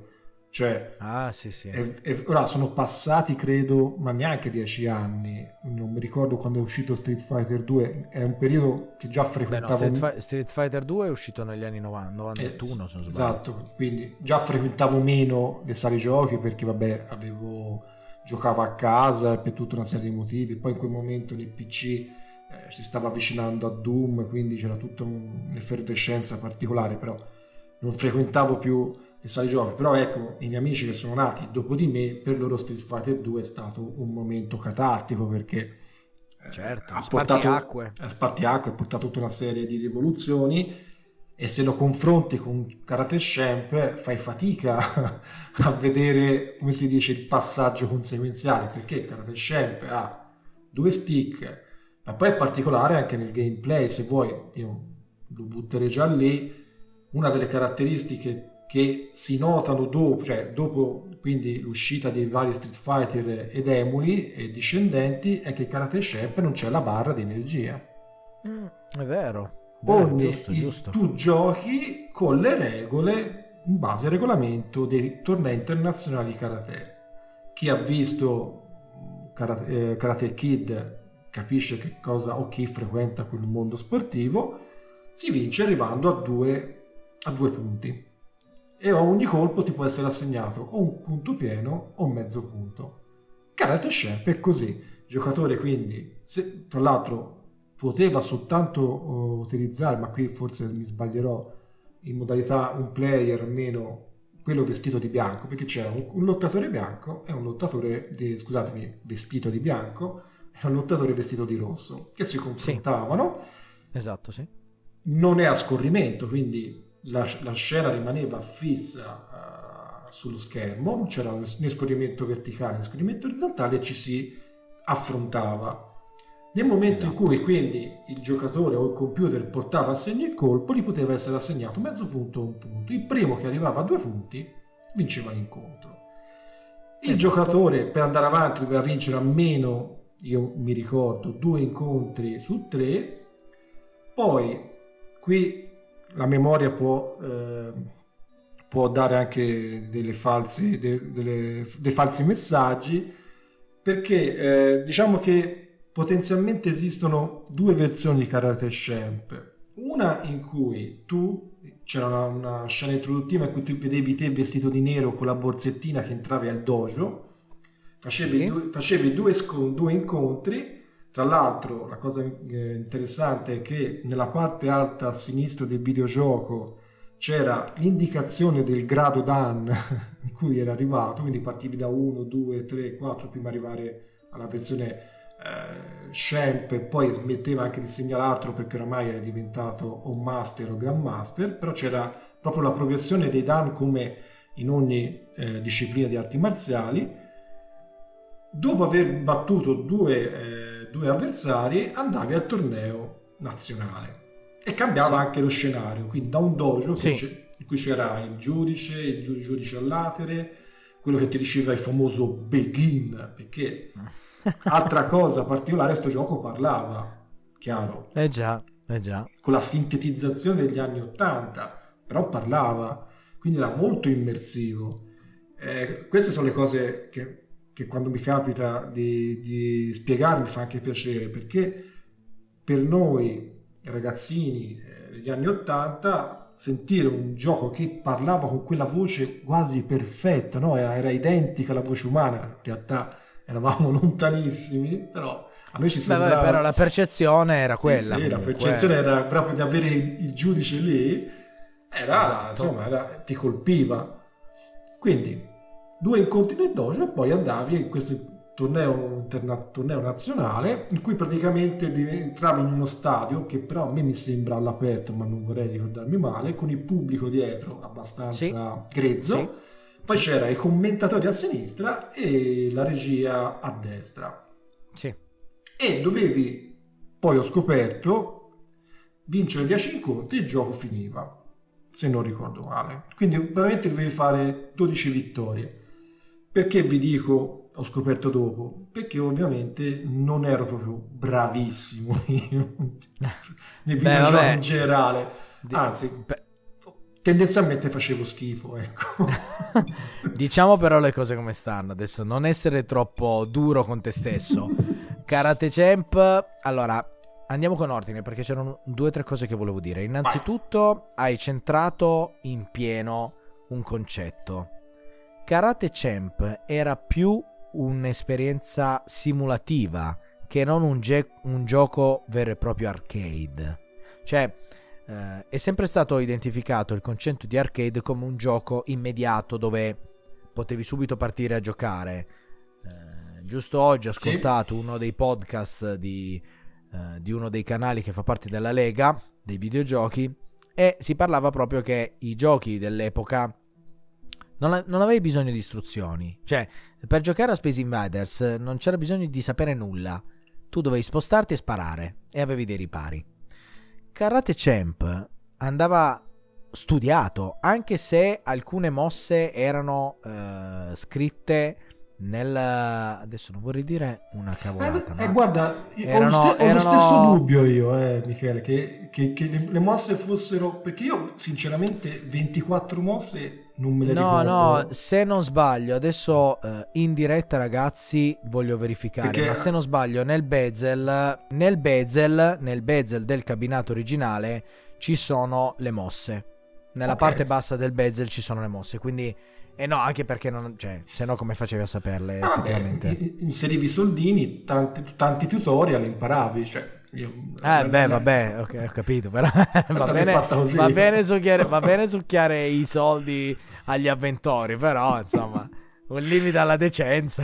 Cioè, Ah, sì, sì. è- è- ora sono passati credo, ma neanche dieci anni, non mi ricordo quando è uscito Street Fighter due, è un periodo che già Beh, no, frequentavo. Street, Fi- Street Fighter due è uscito negli anni novanta, Eh, novantuno, se non sbaglio. esatto, quindi già frequentavo meno le sale giochi perché vabbè, avevo giocavo a casa per tutta una serie di motivi, poi in quel momento nel P C eh, si stava avvicinando a Doom, quindi c'era tutta un- un'effervescenza particolare, però non frequentavo più le sale giochi. Però ecco, i miei amici che sono nati dopo di me, per loro Street Fighter due è stato un momento catartico perché eh, Certo, ha portato spartiacque. a spartiacque, ha portato tutta una serie di rivoluzioni, e se lo confronti con Karate Champ fai fatica a vedere, come si dice, il passaggio conseguenziale, perché Karate Champ ha due stick, ma poi è particolare anche nel gameplay. Se vuoi io lo butterei già lì, una delle caratteristiche che si notano dopo, cioè dopo quindi l'uscita dei vari Street Fighter ed emuli e discendenti, è che Karate Champ non c'è la barra di energia. Mm, è vero. Vero, Ogni, giusto, il- giusto. tu giochi con le regole in base al regolamento dei tornei internazionali di karate. Chi ha visto Karate, eh, Karate Kid capisce che cosa, o chi frequenta quel mondo sportivo, si vince arrivando a due, a due punti, e a ogni colpo ti può essere assegnato o un punto pieno o un mezzo punto. Karate Champ è così, il giocatore quindi, se, tra l'altro poteva soltanto uh, utilizzare, ma qui forse mi sbaglierò, in modalità un player meno quello vestito di bianco, perché c'era un, un lottatore bianco e un lottatore di, scusatemi, vestito di bianco e un lottatore vestito di rosso, che si confrontavano. Esatto, sì. Non è a scorrimento, quindi la, la scena rimaneva fissa uh, sullo schermo, non c'era né scorrimento verticale né scorrimento orizzontale, e ci si affrontava. Nel momento in Esatto. cui quindi il giocatore o il computer portava a segno il colpo, gli poteva essere assegnato mezzo punto o un punto. Il primo che arrivava a due punti vinceva l'incontro. Il Esatto. giocatore per andare avanti doveva vincere almeno, io mi ricordo, due incontri su tre. Poi qui la memoria può, eh, può dare anche delle false, de- delle- dei falsi messaggi, perché eh, diciamo che potenzialmente esistono due versioni di Karate Champ. Una in cui tu, c'era una, una scena introduttiva in cui tu vedevi te vestito di nero con la borsettina che entravi al dojo, facevi, Sì. due, facevi due, sco- due incontri. Tra l'altro la cosa eh, interessante è che nella parte alta a sinistra del videogioco c'era l'indicazione del grado Dan in cui era arrivato, quindi partivi da uno, due, tre, quattro prima di arrivare alla versione eh, Champ, e poi smetteva anche di segnalartelo perché oramai era diventato o Master o Grandmaster, però c'era proprio la progressione dei Dan come in ogni eh, disciplina di arti marziali. Dopo aver battuto due, eh, due avversari andavi al torneo nazionale e cambiava Sì. anche lo scenario, quindi da un dojo Sì. che c'è- in cui c'era il giudice, il giu- giudice al latere, quello che ti diceva il famoso begin, perché altra cosa particolare, sto gioco parlava, chiaro, Eh già, eh già. con la sintetizzazione degli anni ottanta, però parlava, quindi era molto immersivo. Eh, queste sono le cose che, che quando mi capita di, di spiegare mi fa anche piacere, perché per noi ragazzini eh, degli anni ottanta sentire un gioco che parlava con quella voce quasi perfetta, no? era, era identica alla voce umana, in realtà eravamo lontanissimi, però a noi ci Beh, sembrava... vabbè, però la percezione era Sì, quella. sì, la comunque. percezione era proprio di avere il, il giudice lì, era, Esatto. insomma, era- ti colpiva. Quindi, due incontri nel dojo e poi andavi in questo torneo, interna- torneo nazionale, in cui praticamente div- entravi in uno stadio, che però a me mi sembra all'aperto, ma non vorrei ricordarmi male, con il pubblico dietro abbastanza grezzo. Sì. Poi c'era i commentatori a sinistra e la regia a destra. Sì. E dovevi, poi ho scoperto, vincere dieci incontri e il gioco finiva, se non ricordo male. Quindi veramente dovevi fare dodici vittorie. Perché vi dico, ho scoperto dopo? Perché ovviamente non ero proprio bravissimo io nel videogioco vabbè. in generale. Di- Anzi, Beh, tendenzialmente facevo schifo, ecco. Diciamo però le cose come stanno adesso, non essere troppo duro con te stesso. Karate Champ, allora andiamo con ordine perché c'erano due o tre cose che volevo dire. Innanzitutto hai centrato in pieno un concetto. Karate Champ era più un'esperienza simulativa che non un, ge- un gioco vero e proprio arcade. Cioè eh, è sempre stato identificato il concetto di arcade come un gioco immediato dove potevi subito partire a giocare. Eh, giusto oggi ho ascoltato sì. uno dei podcast di, eh, di uno dei canali che fa parte della Lega dei videogiochi e si parlava proprio che i giochi dell'epoca non, non avevi bisogno di istruzioni. Cioè per giocare a Space Invaders non c'era bisogno di sapere nulla. Tu dovevi spostarti e sparare e avevi dei ripari. Karate Champ andava studiato, anche se alcune mosse erano uh, scritte nel... adesso non vorrei dire una cavolata. Eh, ma eh, guarda, erano, ho, lo ste- erano... ho lo stesso dubbio io, eh, Michele, che, che, che le, le mosse fossero... Perché io sinceramente ventiquattro mosse non me le no, ricordo. No, se non sbaglio, adesso uh, in diretta ragazzi voglio verificare, perché... ma se non sbaglio nel bezel, nel bezel, nel bezel del cabinato originale ci sono le mosse. Nella okay. parte bassa del bezel ci sono le mosse, quindi... E no, anche perché non, cioè, se no come facevi a saperle ah, effettivamente? Beh, inserivi i soldini, tanti, tanti tutorial, imparavi, cioè... Io, eh beh vabbè ok, ho capito però va bene, va bene succhiare, va bene succhiare i soldi agli avventori, però insomma un limite alla decenza.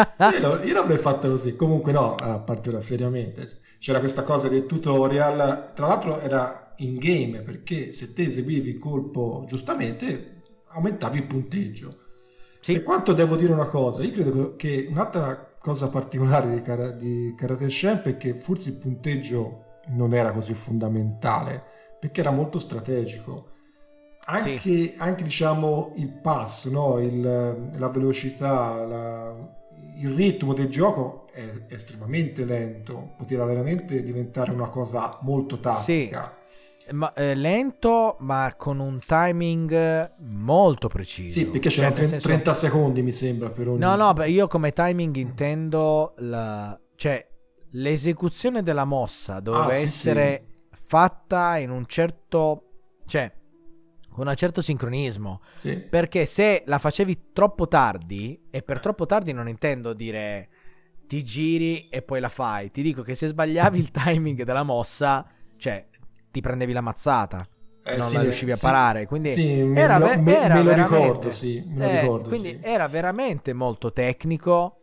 io, io l'avrei fatta così. Comunque no, a parte ora seriamente c'era questa cosa del tutorial, tra l'altro era in game perché se te eseguivi il colpo giustamente aumentavi il punteggio. Sì. Per quanto devo dire una cosa, io credo che un'altra cosa particolare di, Kara- di Karate Champ è che forse il punteggio non era così fondamentale perché era molto strategico. Anche, sì. anche diciamo il pass, no? il, la velocità, la, il ritmo del gioco è estremamente lento, poteva veramente diventare una cosa molto tattica. Sì. Ma, eh, lento ma con un timing molto preciso. Sì, perché c'erano cioè, senso... trenta secondi mi sembra per ogni... No, no, io come timing intendo la... cioè l'esecuzione della mossa doveva ah, sì, essere sì. fatta in un certo, cioè con un certo sincronismo, sì. perché se la facevi troppo tardi, e per troppo tardi non intendo dire ti giri e poi la fai, ti dico che se sbagliavi il timing della mossa, cioè ti prendevi la mazzata, eh, non sì, la riuscivi a sì, parare, quindi sì, era, me, me, era me lo veramente, ricordo, sì, me lo eh, ricordo, quindi sì. era veramente molto tecnico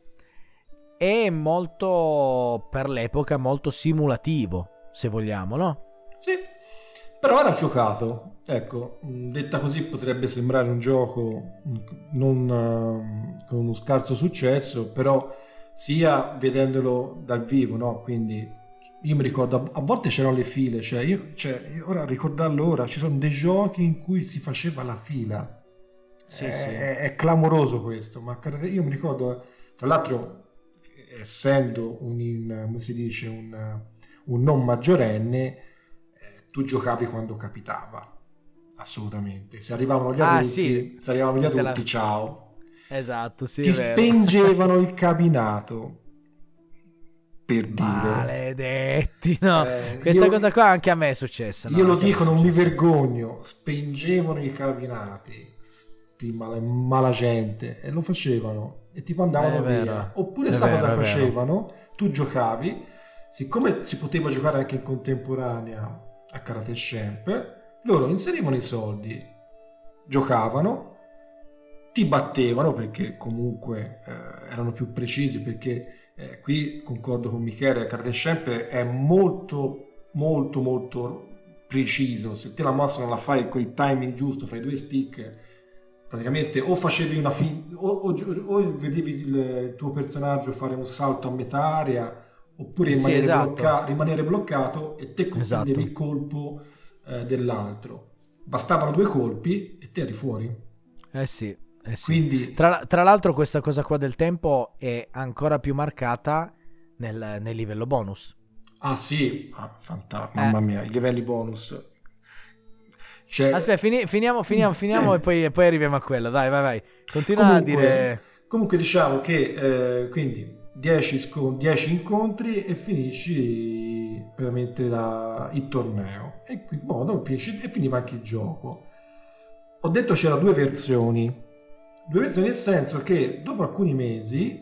e molto, per l'epoca, molto simulativo, se vogliamo, no? Sì, però era giocato, ecco, detta così potrebbe sembrare un gioco non uh, con uno scarso successo, però sia vedendolo dal vivo, no? Quindi io mi ricordo, a volte c'erano le file, cioè io, cioè, ora ricordarlo ora, ci sono dei giochi in cui si faceva la fila. Sì, è, sì. È, è clamoroso questo, ma io mi ricordo, tra l'altro, essendo un, come si dice, un, un non maggiorenne, eh, tu giocavi quando capitava, assolutamente. Se arrivavano gli ah, adulti, sì. se arrivavano gli adulti, la... ciao. Esatto, sì. Ti spengevano il cabinato. Per dire. Maledetti, no. Eh, Questa io, cosa qua anche a me è successa. Io no? lo anche dico, non mi vergogno. Spengevano i carabinati, sti mala, mala gente, e lo facevano e ti mandavano via. Vero. Oppure sa cosa facevano? Tu giocavi, siccome si poteva giocare anche in contemporanea a Karate Champ, loro inserivano i soldi, giocavano, ti battevano perché comunque eh, erano più precisi, perché Eh, qui concordo con Michele, Karate Champ è molto molto molto preciso. Se te la mossa non la fai con il timing giusto fra i due stick, praticamente o facevi una fi- o, o, o vedevi il tuo personaggio fare un salto a metà aria, oppure rimanere, sì, esatto. blocca- rimanere bloccato e te comprendevi esatto. il colpo eh, dell'altro. Bastavano due colpi e te eri fuori. Eh sì. Eh sì. Quindi, tra, tra l'altro questa cosa qua del tempo è ancora più marcata nel, nel livello bonus. Ah sì, ah, fantastico, mamma mia, i livelli bonus. Cioè, Aspetta, fini- finiamo, finiamo, finiamo sì. e poi, e poi arriviamo a quello. Dai, vai, vai. Continua Comunque, a dire... comunque diciamo che eh, quindi dieci incontri e finisci veramente la- il torneo e, qui- boh, dopo finisci- e finiva anche il gioco. Ho detto c'era due versioni, due versioni nel senso che dopo alcuni mesi,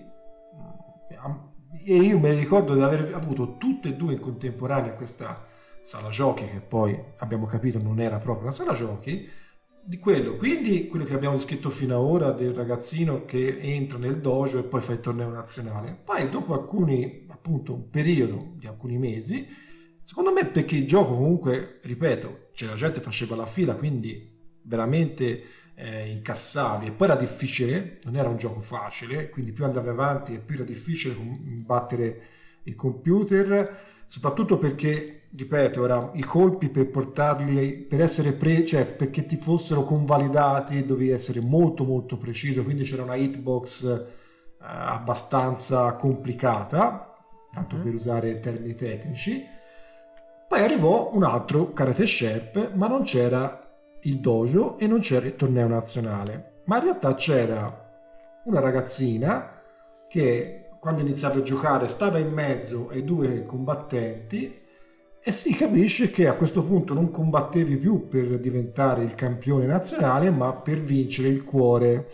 e io mi ricordo di aver avuto tutte e due in contemporanea questa sala giochi, che poi abbiamo capito non era proprio una sala giochi, di quello, quindi quello che abbiamo descritto fino ad ora del ragazzino che entra nel dojo e poi fa il torneo nazionale. Poi dopo alcuni, appunto un periodo di alcuni mesi, secondo me perché il gioco comunque, ripeto, cioè la gente faceva la fila, quindi veramente eh, incassavi, e poi era difficile, non era un gioco facile, quindi più andavi avanti e più era difficile battere il computer, soprattutto perché, ripeto, era i colpi per portarli, per essere pre, cioè perché ti fossero convalidati dovevi essere molto molto preciso, quindi c'era una hitbox eh, abbastanza complicata, tanto per usare termini tecnici. Poi arrivò un altro Karate Champ, ma non c'era il dojo e non c'era il torneo nazionale, ma in realtà c'era una ragazzina che quando iniziava a giocare stava in mezzo ai due combattenti e si capisce che a questo punto non combattevi più per diventare il campione nazionale, ma per vincere il cuore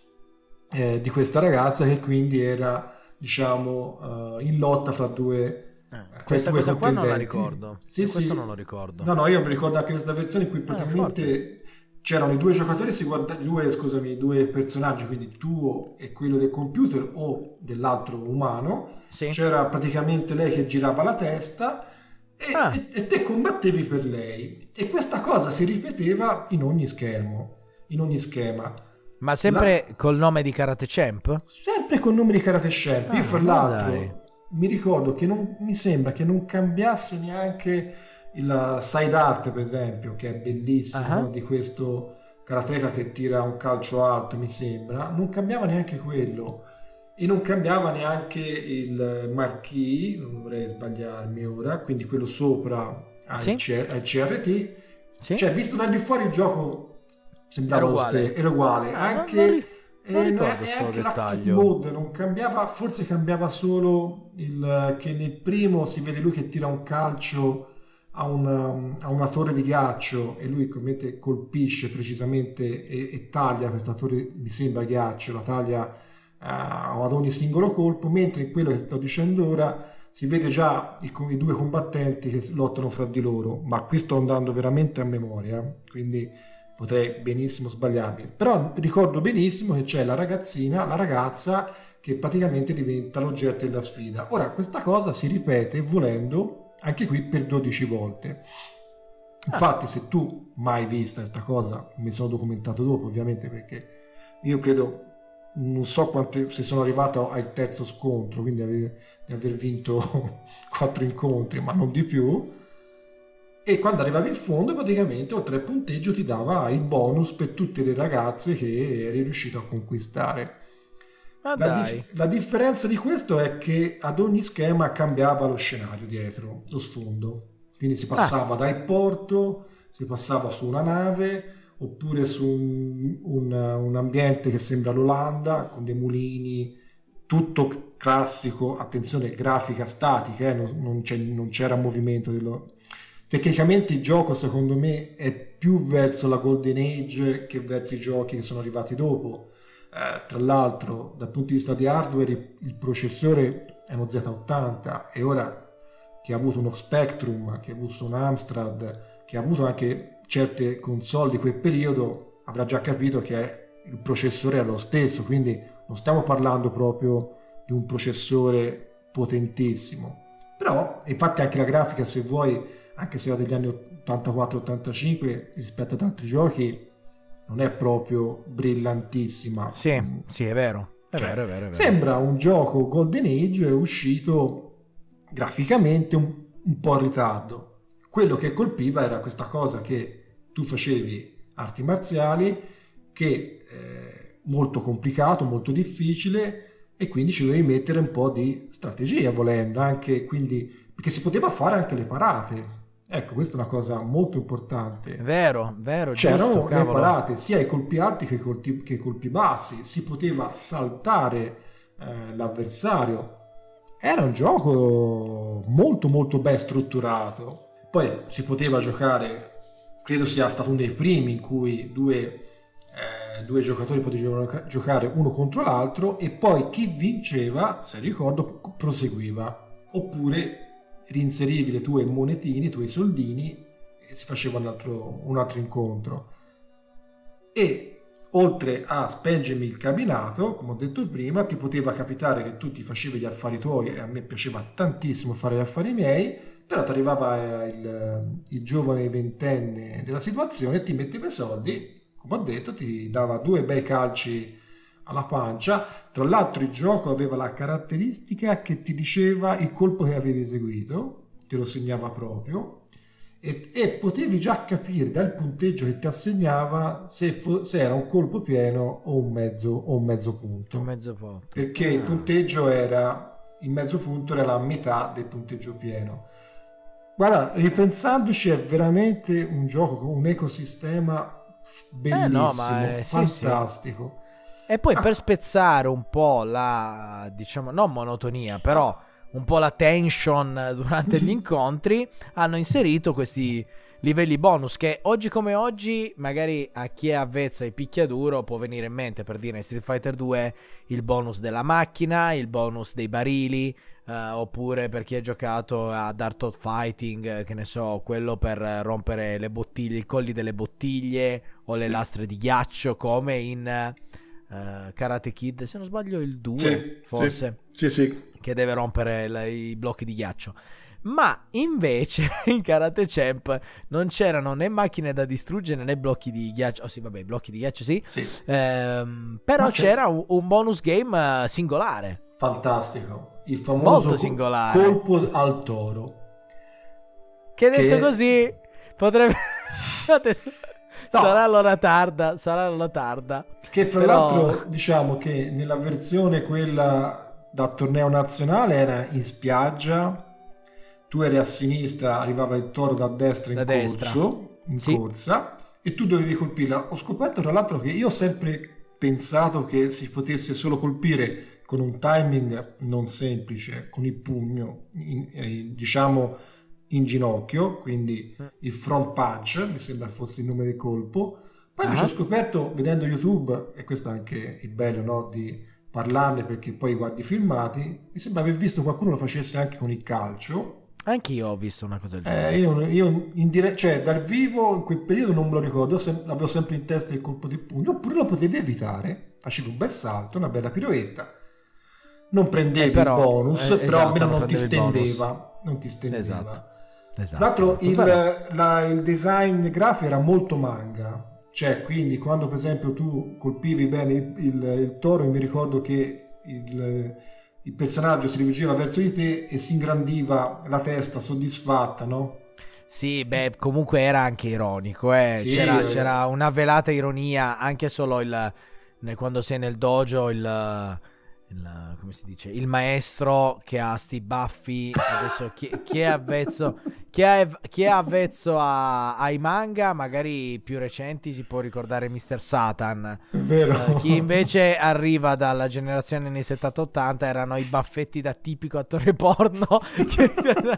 eh, di questa ragazza, che quindi era, diciamo, uh, in lotta fra due Eh, questa due cosa qua non la contendenti. ricordo. Sì, Questo sì. non lo ricordo. No, no, io mi ricordo anche questa versione in cui praticamente c'erano i due giocatori, si guarda, due, scusami, due personaggi, quindi tuo e quello del computer o dell'altro umano. Sì. C'era praticamente lei che girava la testa e, Ah. e, e te combattevi per lei. E questa cosa si ripeteva in ogni schermo, in ogni schema. Ma sempre col nome di Karate Champ? Sempre con nome di Karate Champ. Ah, Io fra ma l'altro dai. mi ricordo che non mi sembra che non cambiasse neanche il side art, per esempio, che è bellissimo, Ah. no? Di questo karateka che tira un calcio alto, mi sembra, non cambiava neanche quello e non cambiava neanche il marquee, non dovrei sbagliarmi ora, quindi quello sopra al, Sì. C- al C R T. Sì. Cioè, visto da lì fuori il gioco sembrava Era lo uguale. stesso, era uguale, Ah, non- anche non ri- non e ricordo e sto anche l'active dettaglio. mode non cambiava, forse cambiava solo il che nel primo si vede lui che tira un calcio a una, a una torre di ghiaccio e lui ovviamente colpisce precisamente e, e taglia questa torre, mi sembra ghiaccio, la taglia uh, ad ogni singolo colpo, mentre in quello che sto dicendo ora si vede già i, i due combattenti che lottano fra di loro, ma qui sto andando veramente a memoria, quindi potrei benissimo sbagliarmi, però ricordo benissimo che c'è la ragazzina, la ragazza che praticamente diventa l'oggetto della sfida. Ora questa cosa si ripete, volendo, anche qui per dodici volte. Infatti, se tu mai vista questa cosa, mi sono documentato dopo ovviamente, perché io credo, non so quante, se sono arrivato al terzo scontro, quindi aver, di aver vinto quattro incontri, ma non di più. E quando arrivavi in fondo, praticamente oltre al punteggio ti dava il bonus per tutte le ragazze che eri riuscito a conquistare. Ma La, dai. dif- la differenza di questo è che ad ogni schema cambiava lo scenario dietro, lo sfondo. Quindi si passava dal porto, si passava su una nave, oppure su un, un, un ambiente che sembra l'Olanda, con dei mulini, tutto classico, attenzione, grafica statica, eh, non, non, c'è, non c'era movimento. Dello... Tecnicamente il gioco secondo me è più verso la Golden Age che verso i giochi che sono arrivati dopo. Eh, tra l'altro dal punto di vista di hardware il, il processore è uno Z ottanta e ora che ha avuto uno Spectrum, che ha avuto un Amstrad, che ha avuto anche certe console di quel periodo, avrà già capito che il processore è lo stesso, quindi non stiamo parlando proprio di un processore potentissimo. Però infatti anche la grafica, se vuoi, anche se era degli anni ottantaquattro ottantacinque, rispetto ad altri giochi non è proprio brillantissima. Sì, sì, è vero. È Cioè, vero, è vero, è vero. sembra un gioco Golden Age uscito graficamente un, un po' in ritardo. Quello che colpiva era questa cosa che tu facevi arti marziali, che è molto complicato, molto difficile, e quindi ci dovevi mettere un po' di strategia volendo, anche quindi perché si poteva fare anche le parate. Ecco, questa è una cosa molto importante. Vero, vero, C'erano giusto, le cavolo. parate sia ai colpi alti che ai colpi, che ai colpi bassi, si poteva saltare eh, l'avversario. Era un gioco molto molto ben strutturato. Poi si poteva giocare, credo sia stato uno dei primi in cui due, eh, due giocatori potevano giocare uno contro l'altro e poi chi vinceva, se ricordo, proseguiva. Oppure rinserivi le tue monetine, i tuoi soldini e si faceva un altro, un altro incontro. E oltre a spengermi il cabinato, come ho detto prima, ti poteva capitare che tu ti facevi gli affari tuoi, e a me piaceva tantissimo fare gli affari miei, però ti arrivava il, il giovane ventenne della situazione e ti metteva i soldi, come ho detto, ti dava due bei calci alla pancia. Tra l'altro il gioco aveva la caratteristica che ti diceva il colpo che avevi eseguito, te lo segnava proprio, e, e potevi già capire dal punteggio che ti assegnava se, fo- se era un colpo pieno o un mezzo, o un mezzo punto. Un mezzo punto. Perché Ah. il punteggio era, il mezzo punto era la metà del punteggio pieno. Guarda, ripensandoci è veramente un gioco con un ecosistema bellissimo, Eh no, ma è- sì, sì. fantastico. E poi Ah. per spezzare un po' la, diciamo, non monotonia, però un po' la tension durante gli incontri, hanno inserito questi livelli bonus che oggi come oggi magari a chi è avvezzo ai picchiaduro può venire in mente, per dire in Street Fighter due il bonus della macchina, il bonus dei barili, eh, oppure per chi ha giocato ad Art of Fighting, eh, che ne so, quello per rompere le bottiglie, i colli delle bottiglie o le lastre di ghiaccio, come in uh, Karate Kid, se non sbaglio il due, Sì, forse, sì, sì, sì. che deve rompere la- i blocchi di ghiaccio. Ma invece in Karate Champ non c'erano né macchine da distruggere né blocchi di ghiaccio. Oh sì, vabbè, blocchi di ghiaccio sì. Sì. Ehm, però Ma c'è- c'era un, un bonus game eh, singolare. Fantastico, il famoso Molto co- singolare. colpo al toro. Che detto Che- così potrebbe... Adesso... No. Sarà l'ora tarda, sarà l'ora tarda. Che fra Però- l'altro diciamo che nella versione quella da torneo nazionale era in spiaggia, tu eri a sinistra, arrivava il toro da destra in Da destra. corso, in Sì. corsa, e tu dovevi colpirla. Ho scoperto tra l'altro che io ho sempre pensato che si potesse solo colpire con un timing non semplice, con il pugno, in- eh, diciamo in ginocchio, quindi il front punch, mi sembra fosse il nome del colpo. Poi invece Ah. ho scoperto, vedendo YouTube, e questo è anche il bello, no, di parlarne perché poi guardi i filmati, mi sembra aver visto qualcuno lo facesse anche con il calcio. Anch'io ho visto una cosa del genere. Eh, io io in dire- cioè dal vivo in quel periodo non me lo ricordo, io sem- avevo sempre in testa il colpo di pugno, oppure lo potevi evitare, facevi un bel salto, una bella piroetta, non prendevi Eh, però, il bonus, eh, però esatto, almeno non non ti prendevi il bonus. stendeva, non ti stendeva. Esatto. Esatto, Tra l'altro esatto. il, Però- la- il design grafico era molto manga, cioè quindi quando per esempio tu colpivi bene il, il- il toro, io mi ricordo che il, il personaggio si rivolgeva verso di te e si ingrandiva la testa soddisfatta, no? Sì, beh, comunque era anche ironico, eh. Sì, c'era, eh. c'era una velata ironia, anche solo il, ne- quando sei nel dojo, il, il- come si dice, il maestro che ha sti baffi. Adesso chi, chi è avvezzo, chi è, chi è avvezzo a- ai manga, magari più recenti, si può ricordare mister Satan. È vero. Eh, chi invece arriva dalla generazione anni settanta ottanta erano i baffetti da tipico attore porno. che-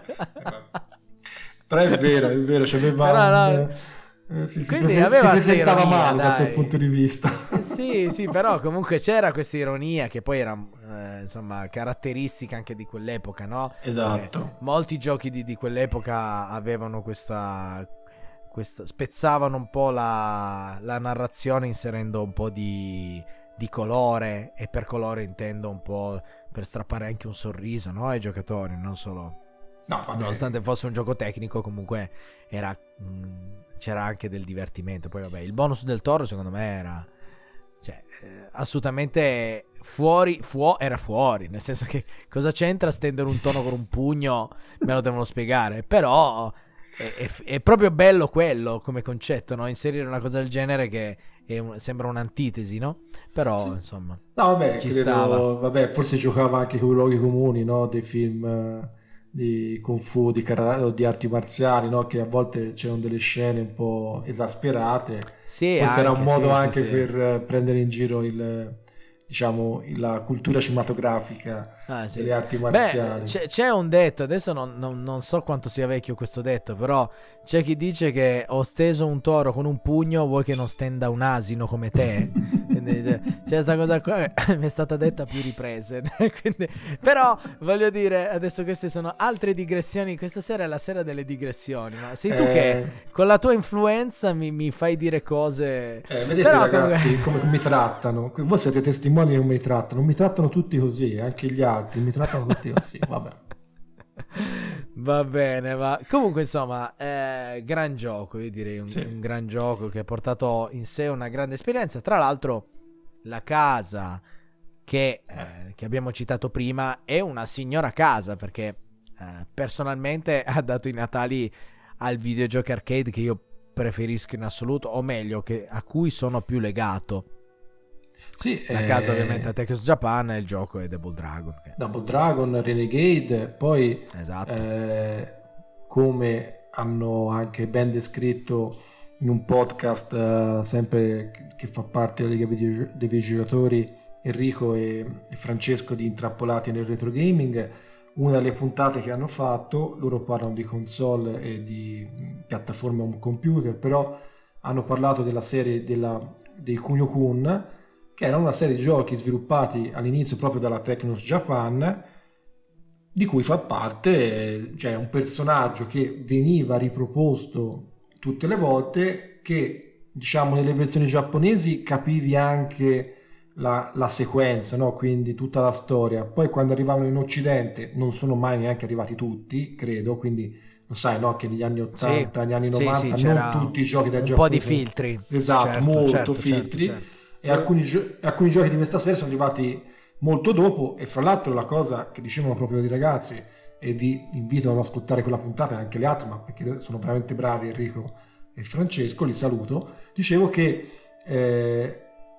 Però è vero, è vero, c'aveva Però, un- no. eh, si, si Quindi prese- aveva si presentava sta ironia, male da quel dai. punto di vista. Sì, sì, però comunque c'era questa ironia che poi era eh, insomma caratteristica anche di quell'epoca, no? Esatto. Eh, molti giochi di, di quell'epoca avevano questa, questa spezzavano un po' la, la narrazione inserendo un po' di, di colore, e per colore intendo un po' per strappare anche un sorriso, no? Ai giocatori, non solo. No, vabbè. Nonostante fosse un gioco tecnico, comunque era mh, c'era anche del divertimento. Poi vabbè, il bonus del toro secondo me era, cioè, eh, assolutamente fuori, fuo- era fuori, nel senso che cosa c'entra stendere un tono con un pugno, me lo devono spiegare, però è, è- è proprio bello quello come concetto, no? Inserire una cosa del genere che è un- sembra un'antitesi, no? Però Sì. insomma, No, vabbè, Ci credo, stava. vabbè, forse giocava anche con i luoghi comuni, no? Dei film, eh, di Kung Fu, di, karate, o di arti marziali, no? Che a volte c'erano delle scene un po' esasperate. Sì, Forse era un anche, modo sì, anche sì, sì. per eh, prendere in giro il, diciamo, la cultura cinematografica Ah, sì. delle arti Beh, marziali. c'è, c'è un detto, adesso non, non- non so quanto sia vecchio questo detto, però c'è chi dice che ho steso un toro con un pugno, vuoi che non stenda un asino come te? Quindi c'è c'è questa cosa qua che mi è stata detta a più riprese. Quindi- però voglio dire, adesso queste sono altre digressioni, questa sera è la sera delle digressioni, ma sei tu Eh, che con la tua influenza mi, mi fai dire cose... Eh, vedete Però ragazzi comunque- come mi trattano, voi siete testimoni di come mi trattano, mi trattano tutti così, anche gli altri mi trattano tutti così, vabbè. Va bene, ma comunque insomma, eh, gran gioco, io direi un, Sì. un gran gioco che ha portato in sé una grande esperienza. Tra l'altro la casa che, eh, che abbiamo citato prima è una signora casa, perché eh, personalmente ha dato i natali al videogioco arcade che io preferisco in assoluto, o meglio che, a cui sono più legato. Sì, La eh, casa ovviamente è Technos Japan e il gioco è Double Dragon, che- Double Dragon, Renegade, poi esatto. eh, come hanno anche ben descritto in un podcast eh, sempre che- che fa parte della Lega Video- dei Videogiocatori, Enrico e, e Francesco di Intrappolati nel Retro Gaming, una delle puntate che hanno fatto, loro parlano di console e di mh, piattaforme home computer, però hanno parlato della serie della, dei Kunio-kun, che era una serie di giochi sviluppati all'inizio proprio dalla Technos Japan, di cui fa parte, cioè un personaggio che veniva riproposto tutte le volte, che diciamo nelle versioni giapponesi capivi anche la, la sequenza, no? Quindi tutta la storia. Poi quando arrivavano in Occidente non sono mai neanche arrivati tutti, credo, quindi lo sai, no? Che negli anni ottanta, Sì, negli anni sì, novanta sì, non c'era tutti i giochi da un Giappone po' di sono- filtri. Esatto, Certo, molto certo, filtri. certo, certo. E alcuni, gio- alcuni giochi di questa serie sono arrivati molto dopo, e fra l'altro la cosa che dicevano proprio i ragazzi, e vi invito ad ascoltare quella puntata e anche le altre, ma perché sono veramente bravi Enrico e Francesco, li saluto, dicevo che eh,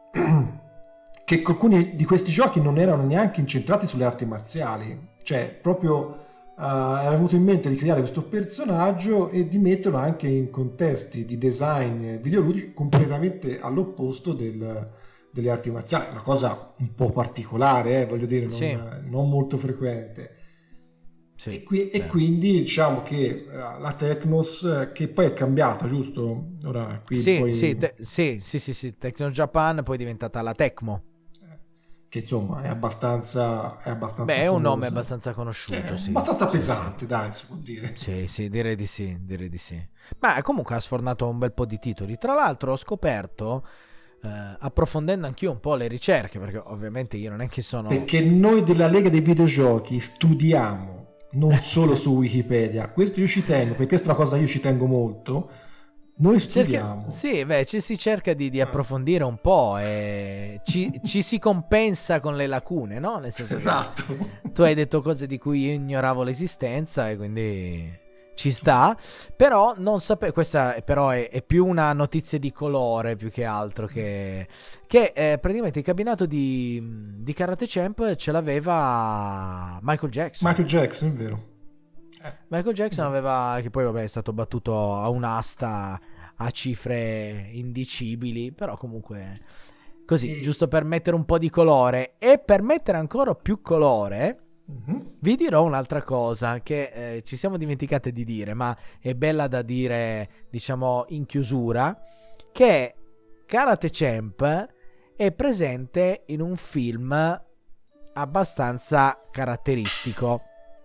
che alcuni di questi giochi non erano neanche incentrati sulle arti marziali, cioè proprio Uh, era venuto in mente di creare questo personaggio e di metterlo anche in contesti di design videoludici completamente all'opposto del, delle arti marziali, una cosa un po' particolare, eh, voglio dire, non, Sì. non molto frequente. Sì, E, qui- e vero. quindi diciamo che uh, la Technos, eh, che poi è cambiata, giusto? Ora qui Sì, poi, sì, te- sì, sì, sì, sì, Techno Japan, poi è diventata la Tecmo. che insomma è abbastanza, è abbastanza Beh, è un famosa. nome abbastanza conosciuto, Cioè, sì. abbastanza Sì, pesante, dai, si può dire. Sì, sì, direi di sì, direi di sì. Ma comunque ha sfornato un bel po' di titoli. Tra l'altro ho scoperto, eh, approfondendo anch'io un po' le ricerche, perché ovviamente io non è che sono... Perché noi della Lega dei Videogiochi studiamo non solo su Wikipedia, questo io ci tengo, perché questa è una cosa che io ci tengo molto. Noi Cerca- studiamo. Sì, beh, ci si cerca di, di approfondire un po' e ci, ci si compensa con le lacune, no? Nel senso che Esatto. tu hai detto cose di cui io ignoravo l'esistenza e quindi ci sta, però non sapevo, questa è- però è, è più una notizia di colore più che altro, che, che eh, praticamente il cabinato di, di Karate Champ ce l'aveva Michael Jackson. Michael Jackson, è vero. Michael Jackson aveva, che poi vabbè è stato battuto a un'asta a cifre indicibili, però comunque così, E- giusto per mettere un po' di colore. E per mettere ancora più colore Mhm. vi dirò un'altra cosa che eh, ci siamo dimenticate di dire, ma è bella da dire, diciamo, in chiusura, che Karate Champ è presente in un film abbastanza caratteristico,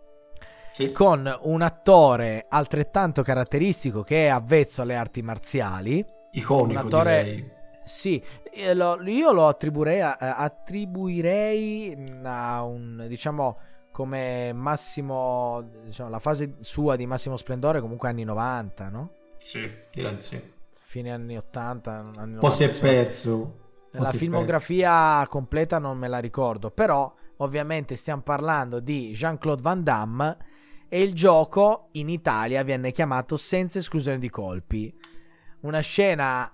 Sì. con un attore altrettanto caratteristico che è avvezzo alle arti marziali. Iconico, un attore- direi. Sì, io lo, io lo attribuirei, a- attribuirei a un, diciamo, come massimo, diciamo, la fase sua di massimo splendore comunque anni novanta, no? Sì, direi di sì. Fine anni ottanta, anni Un po' si è novanta, insomma. perso. un po' La si è filmografia completa non me la ricordo, però ovviamente stiamo parlando di Jean-Claude Van Damme e il gioco in Italia viene chiamato Senza esclusione di colpi. Una scena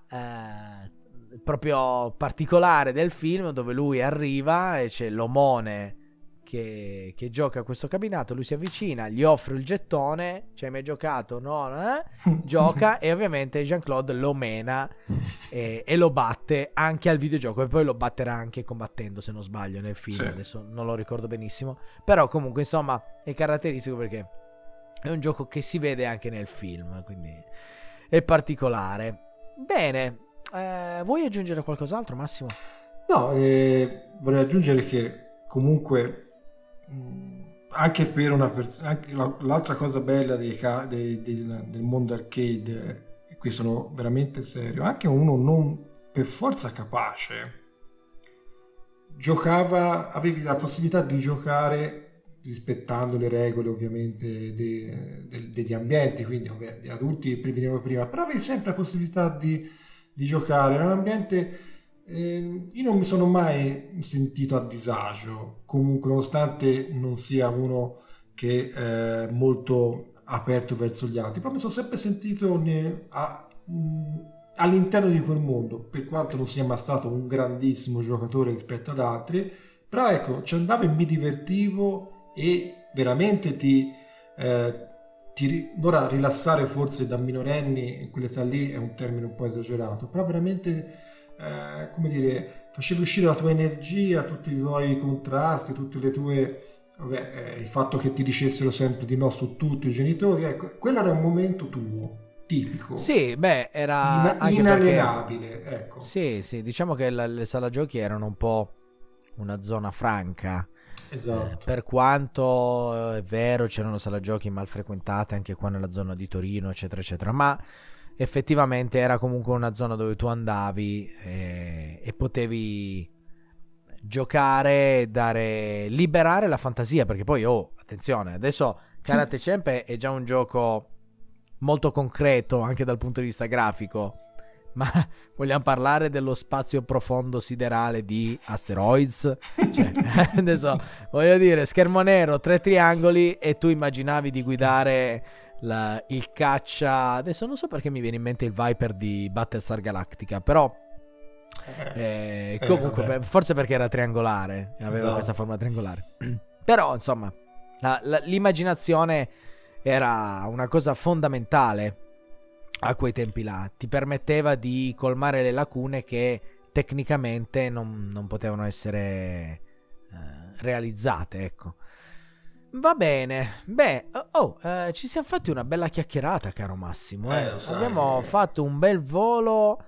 eh, proprio particolare del film dove lui arriva e c'è l'omone che, che gioca a questo cabinato, lui si avvicina, gli offre il gettone, ci hai mai giocato? No, eh? Gioca e ovviamente Jean-Claude lo mena e, e lo batte anche al videogioco e poi lo batterà anche combattendo, se non sbaglio, nel film, sì. Adesso non lo ricordo benissimo, però comunque insomma è caratteristico perché è un gioco che si vede anche nel film, quindi è particolare. Bene, eh, vuoi aggiungere qualcos'altro, Massimo? No, eh, vorrei aggiungere che comunque anche per una persona, l'altra cosa bella dei, dei, del, del mondo arcade, e qui sono veramente serio, anche uno non per forza capace giocava, avevi la possibilità di giocare rispettando le regole ovviamente de, de, degli ambienti, quindi vabbè, gli adulti venivano prima, però avevi sempre la possibilità di, di giocare in un ambiente. Eh, io non mi sono mai sentito a disagio, comunque, nonostante non sia uno che è eh, molto aperto verso gli altri, però mi sono sempre sentito ne, a, mh, all'interno di quel mondo, per quanto non sia mai stato un grandissimo giocatore rispetto ad altri, però ecco, ci andavo e mi divertivo e veramente ti, eh, ti ora rilassare forse da minorenni in quell'età lì è un termine un po' esagerato, però veramente Eh, come dire, facevi uscire la tua energia, tutti i tuoi contrasti, tutte le tue vabbè, eh, il fatto che ti dicessero sempre di no su tutto i genitori, ecco, quello era un momento tuo tipico, sì, beh, era in- anche inalienabile, perché, ecco. sì, sì, diciamo che la, le sala giochi erano un po' una zona franca. Esatto. Eh, per quanto è vero c'erano sala giochi mal frequentate anche qua nella zona di Torino eccetera eccetera, ma effettivamente era comunque una zona dove tu andavi e, e potevi giocare, dare, liberare la fantasia, perché poi, oh, attenzione, adesso Karate Champ è già un gioco molto concreto anche dal punto di vista grafico, ma vogliamo parlare dello spazio profondo siderale di Asteroids? Cioè, adesso, voglio dire, schermo nero, tre triangoli e tu immaginavi di guidare La, il caccia, adesso non so perché mi viene in mente il Viper di Battlestar Galactica, però eh, comunque eh, beh, forse perché era triangolare, aveva esatto. questa forma triangolare. Però insomma la, la, l'immaginazione era una cosa fondamentale a quei tempi là, ti permetteva di colmare le lacune che tecnicamente non, non potevano essere eh, realizzate, ecco. Va bene, beh, oh, eh, ci siamo fatti una bella chiacchierata, caro Massimo. Eh. Eh, Abbiamo fatto un bel volo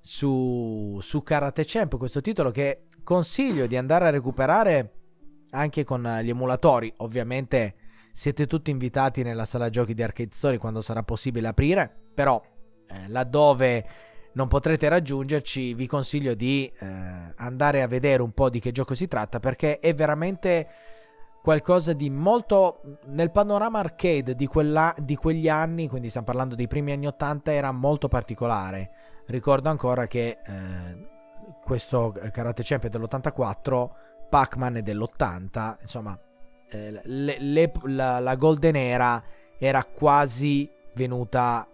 su, su Karate Champ, questo titolo che consiglio di andare a recuperare anche con gli emulatori. Ovviamente siete tutti invitati nella sala giochi di Arcade Story quando sarà possibile aprire, però eh, laddove non potrete raggiungerci vi consiglio di eh, andare a vedere un po' di che gioco si tratta, perché è veramente qualcosa di molto nel panorama arcade di, quella, di quegli anni, quindi stiamo parlando dei primi anni ottanta, era molto particolare. Ricordo ancora che eh, questo Karate Champ è dell'ottantaquattro, Pac-Man è dell'ottanta, insomma eh, le, le, la, la Golden Era era quasi venuta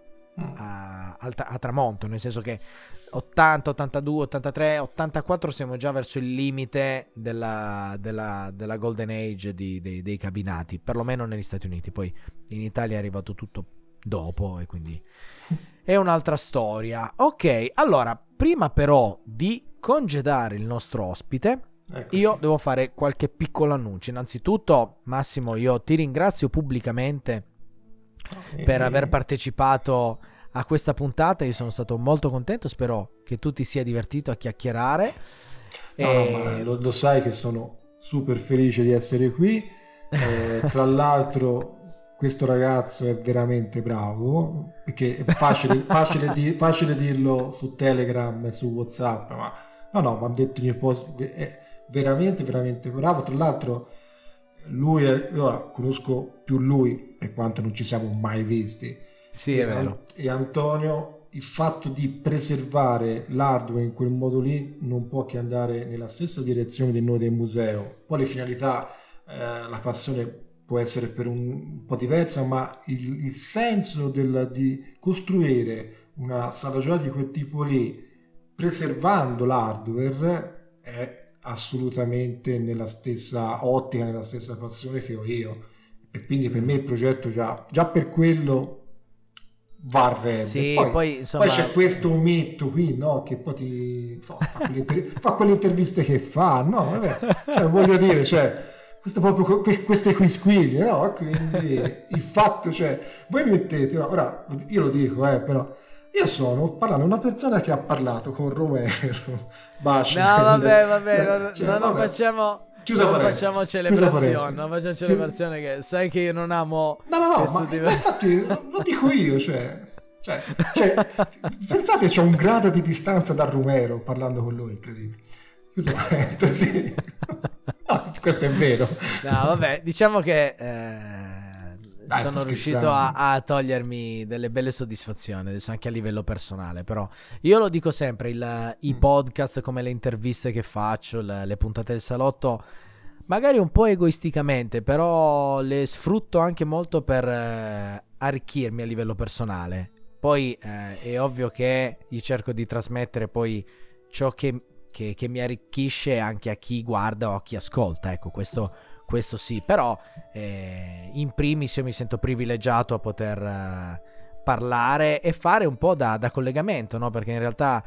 a, a, a tramonto, nel senso che ottanta, ottantadue, ottantatré, ottantaquattro siamo già verso il limite della, della, della Golden Age di, dei, dei cabinati, perlomeno negli Stati Uniti. Poi in Italia è arrivato tutto dopo e quindi è un'altra storia. Ok, allora prima però di congedare il nostro ospite, eccoci, io devo fare qualche piccolo annuncio. Innanzitutto, Massimo, io ti ringrazio pubblicamente okay. per aver partecipato a questa puntata. Io sono stato molto contento, spero che tu ti sia divertito a chiacchierare. No, e... no, ma lo, lo sai che sono super felice di essere qui. Eh, tra l'altro questo ragazzo è veramente bravo, perché è facile, facile, di, facile dirlo su Telegram e su WhatsApp, ma no no, mi hanno detto che è veramente veramente bravo. Tra l'altro lui è, io conosco più lui per quanto non ci siamo mai visti. Sì, è vero. E Antonio, il fatto di preservare l'hardware in quel modo lì non può che andare nella stessa direzione di noi del museo. Poi le finalità, eh, la passione può essere per un, un po' diversa, ma il, il senso del, di costruire una sala giochi di quel tipo lì preservando l'hardware è assolutamente nella stessa ottica, nella stessa passione che ho io, e quindi per me il progetto già, già per quello varrebbe. Sì, poi, poi, insomma... poi c'è questo ometto qui, no, che poi ti fa, fa, quelle, fa quelle interviste che fa, no, vabbè, cioè, voglio dire, cioè questo proprio queste quisquiglie, no? Quindi il fatto, cioè, voi mettete, no, ora io lo dico, eh, però io sono parlando una persona che ha parlato con Romero, Bachelor, no, vabbè, vabbè, non, cioè, non, vabbè. non facciamo Chiusa non parentesi. facciamo celebrazione, non facciamo celebrazione, che sai che io non amo. No, no, no, ma, tipo... ma infatti lo dico io, cioè, cioè, cioè pensate, c'è un grado di distanza da Romero parlando con lui, incredibile. Chiusa parentesi. No, questo è vero. No, vabbè, diciamo che eh, Dai, sono riuscito a, a togliermi delle belle soddisfazioni, adesso anche a livello personale, però io lo dico sempre, il, i podcast come le interviste che faccio, le, le puntate del salotto, magari un po' egoisticamente, però le sfrutto anche molto per eh, arricchirmi a livello personale. Poi eh, è ovvio che io cerco di trasmettere poi ciò che Che, che mi arricchisce anche a chi guarda o a chi ascolta, ecco, questo, questo sì, però eh, in primis io mi sento privilegiato a poter eh, parlare e fare un po' da, da collegamento, no? Perché in realtà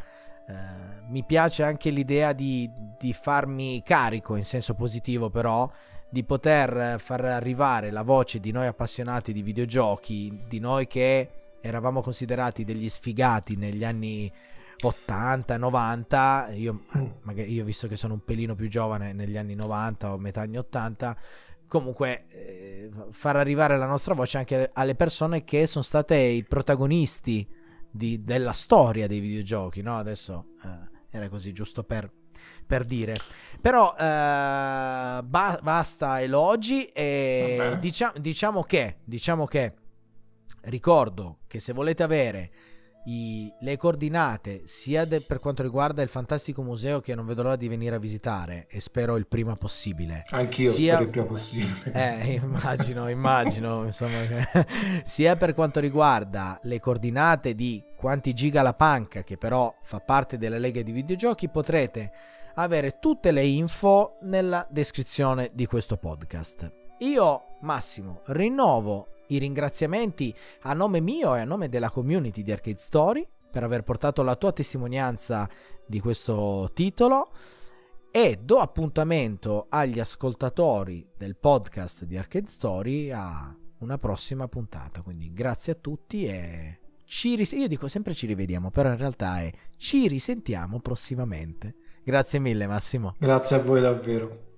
eh, mi piace anche l'idea di, di farmi carico in senso positivo, però di poter far arrivare la voce di noi appassionati di videogiochi, di noi che eravamo considerati degli sfigati negli anni ottanta novanta, io magari io visto che sono un pelino più giovane, negli anni novanta o metà anni ottanta, comunque eh, far arrivare la nostra voce anche alle persone che sono state i protagonisti di, della storia dei videogiochi, no? Adesso eh, era così, giusto per, per dire, però eh, ba- basta elogi e diciamo, diciamo che diciamo che ricordo che se volete avere I, le coordinate sia de, per quanto riguarda il fantastico museo, che non vedo l'ora di venire a visitare e spero il prima possibile, anch'io sia, spero il prima possibile, eh, immagino immagino insomma, sia per quanto riguarda le coordinate di quanti giga la panca, che però fa parte della Lega di Videogiochi, potrete avere tutte le info nella descrizione di questo podcast. Io, Massimo, rinnovo i ringraziamenti a nome mio e a nome della community di Arcade Story per aver portato la tua testimonianza di questo titolo, e do appuntamento agli ascoltatori del podcast di Arcade Story a una prossima puntata. Quindi grazie a tutti e ci ris- io dico sempre ci rivediamo, però in realtà è ci risentiamo prossimamente. Grazie mille, Massimo. Grazie a voi davvero.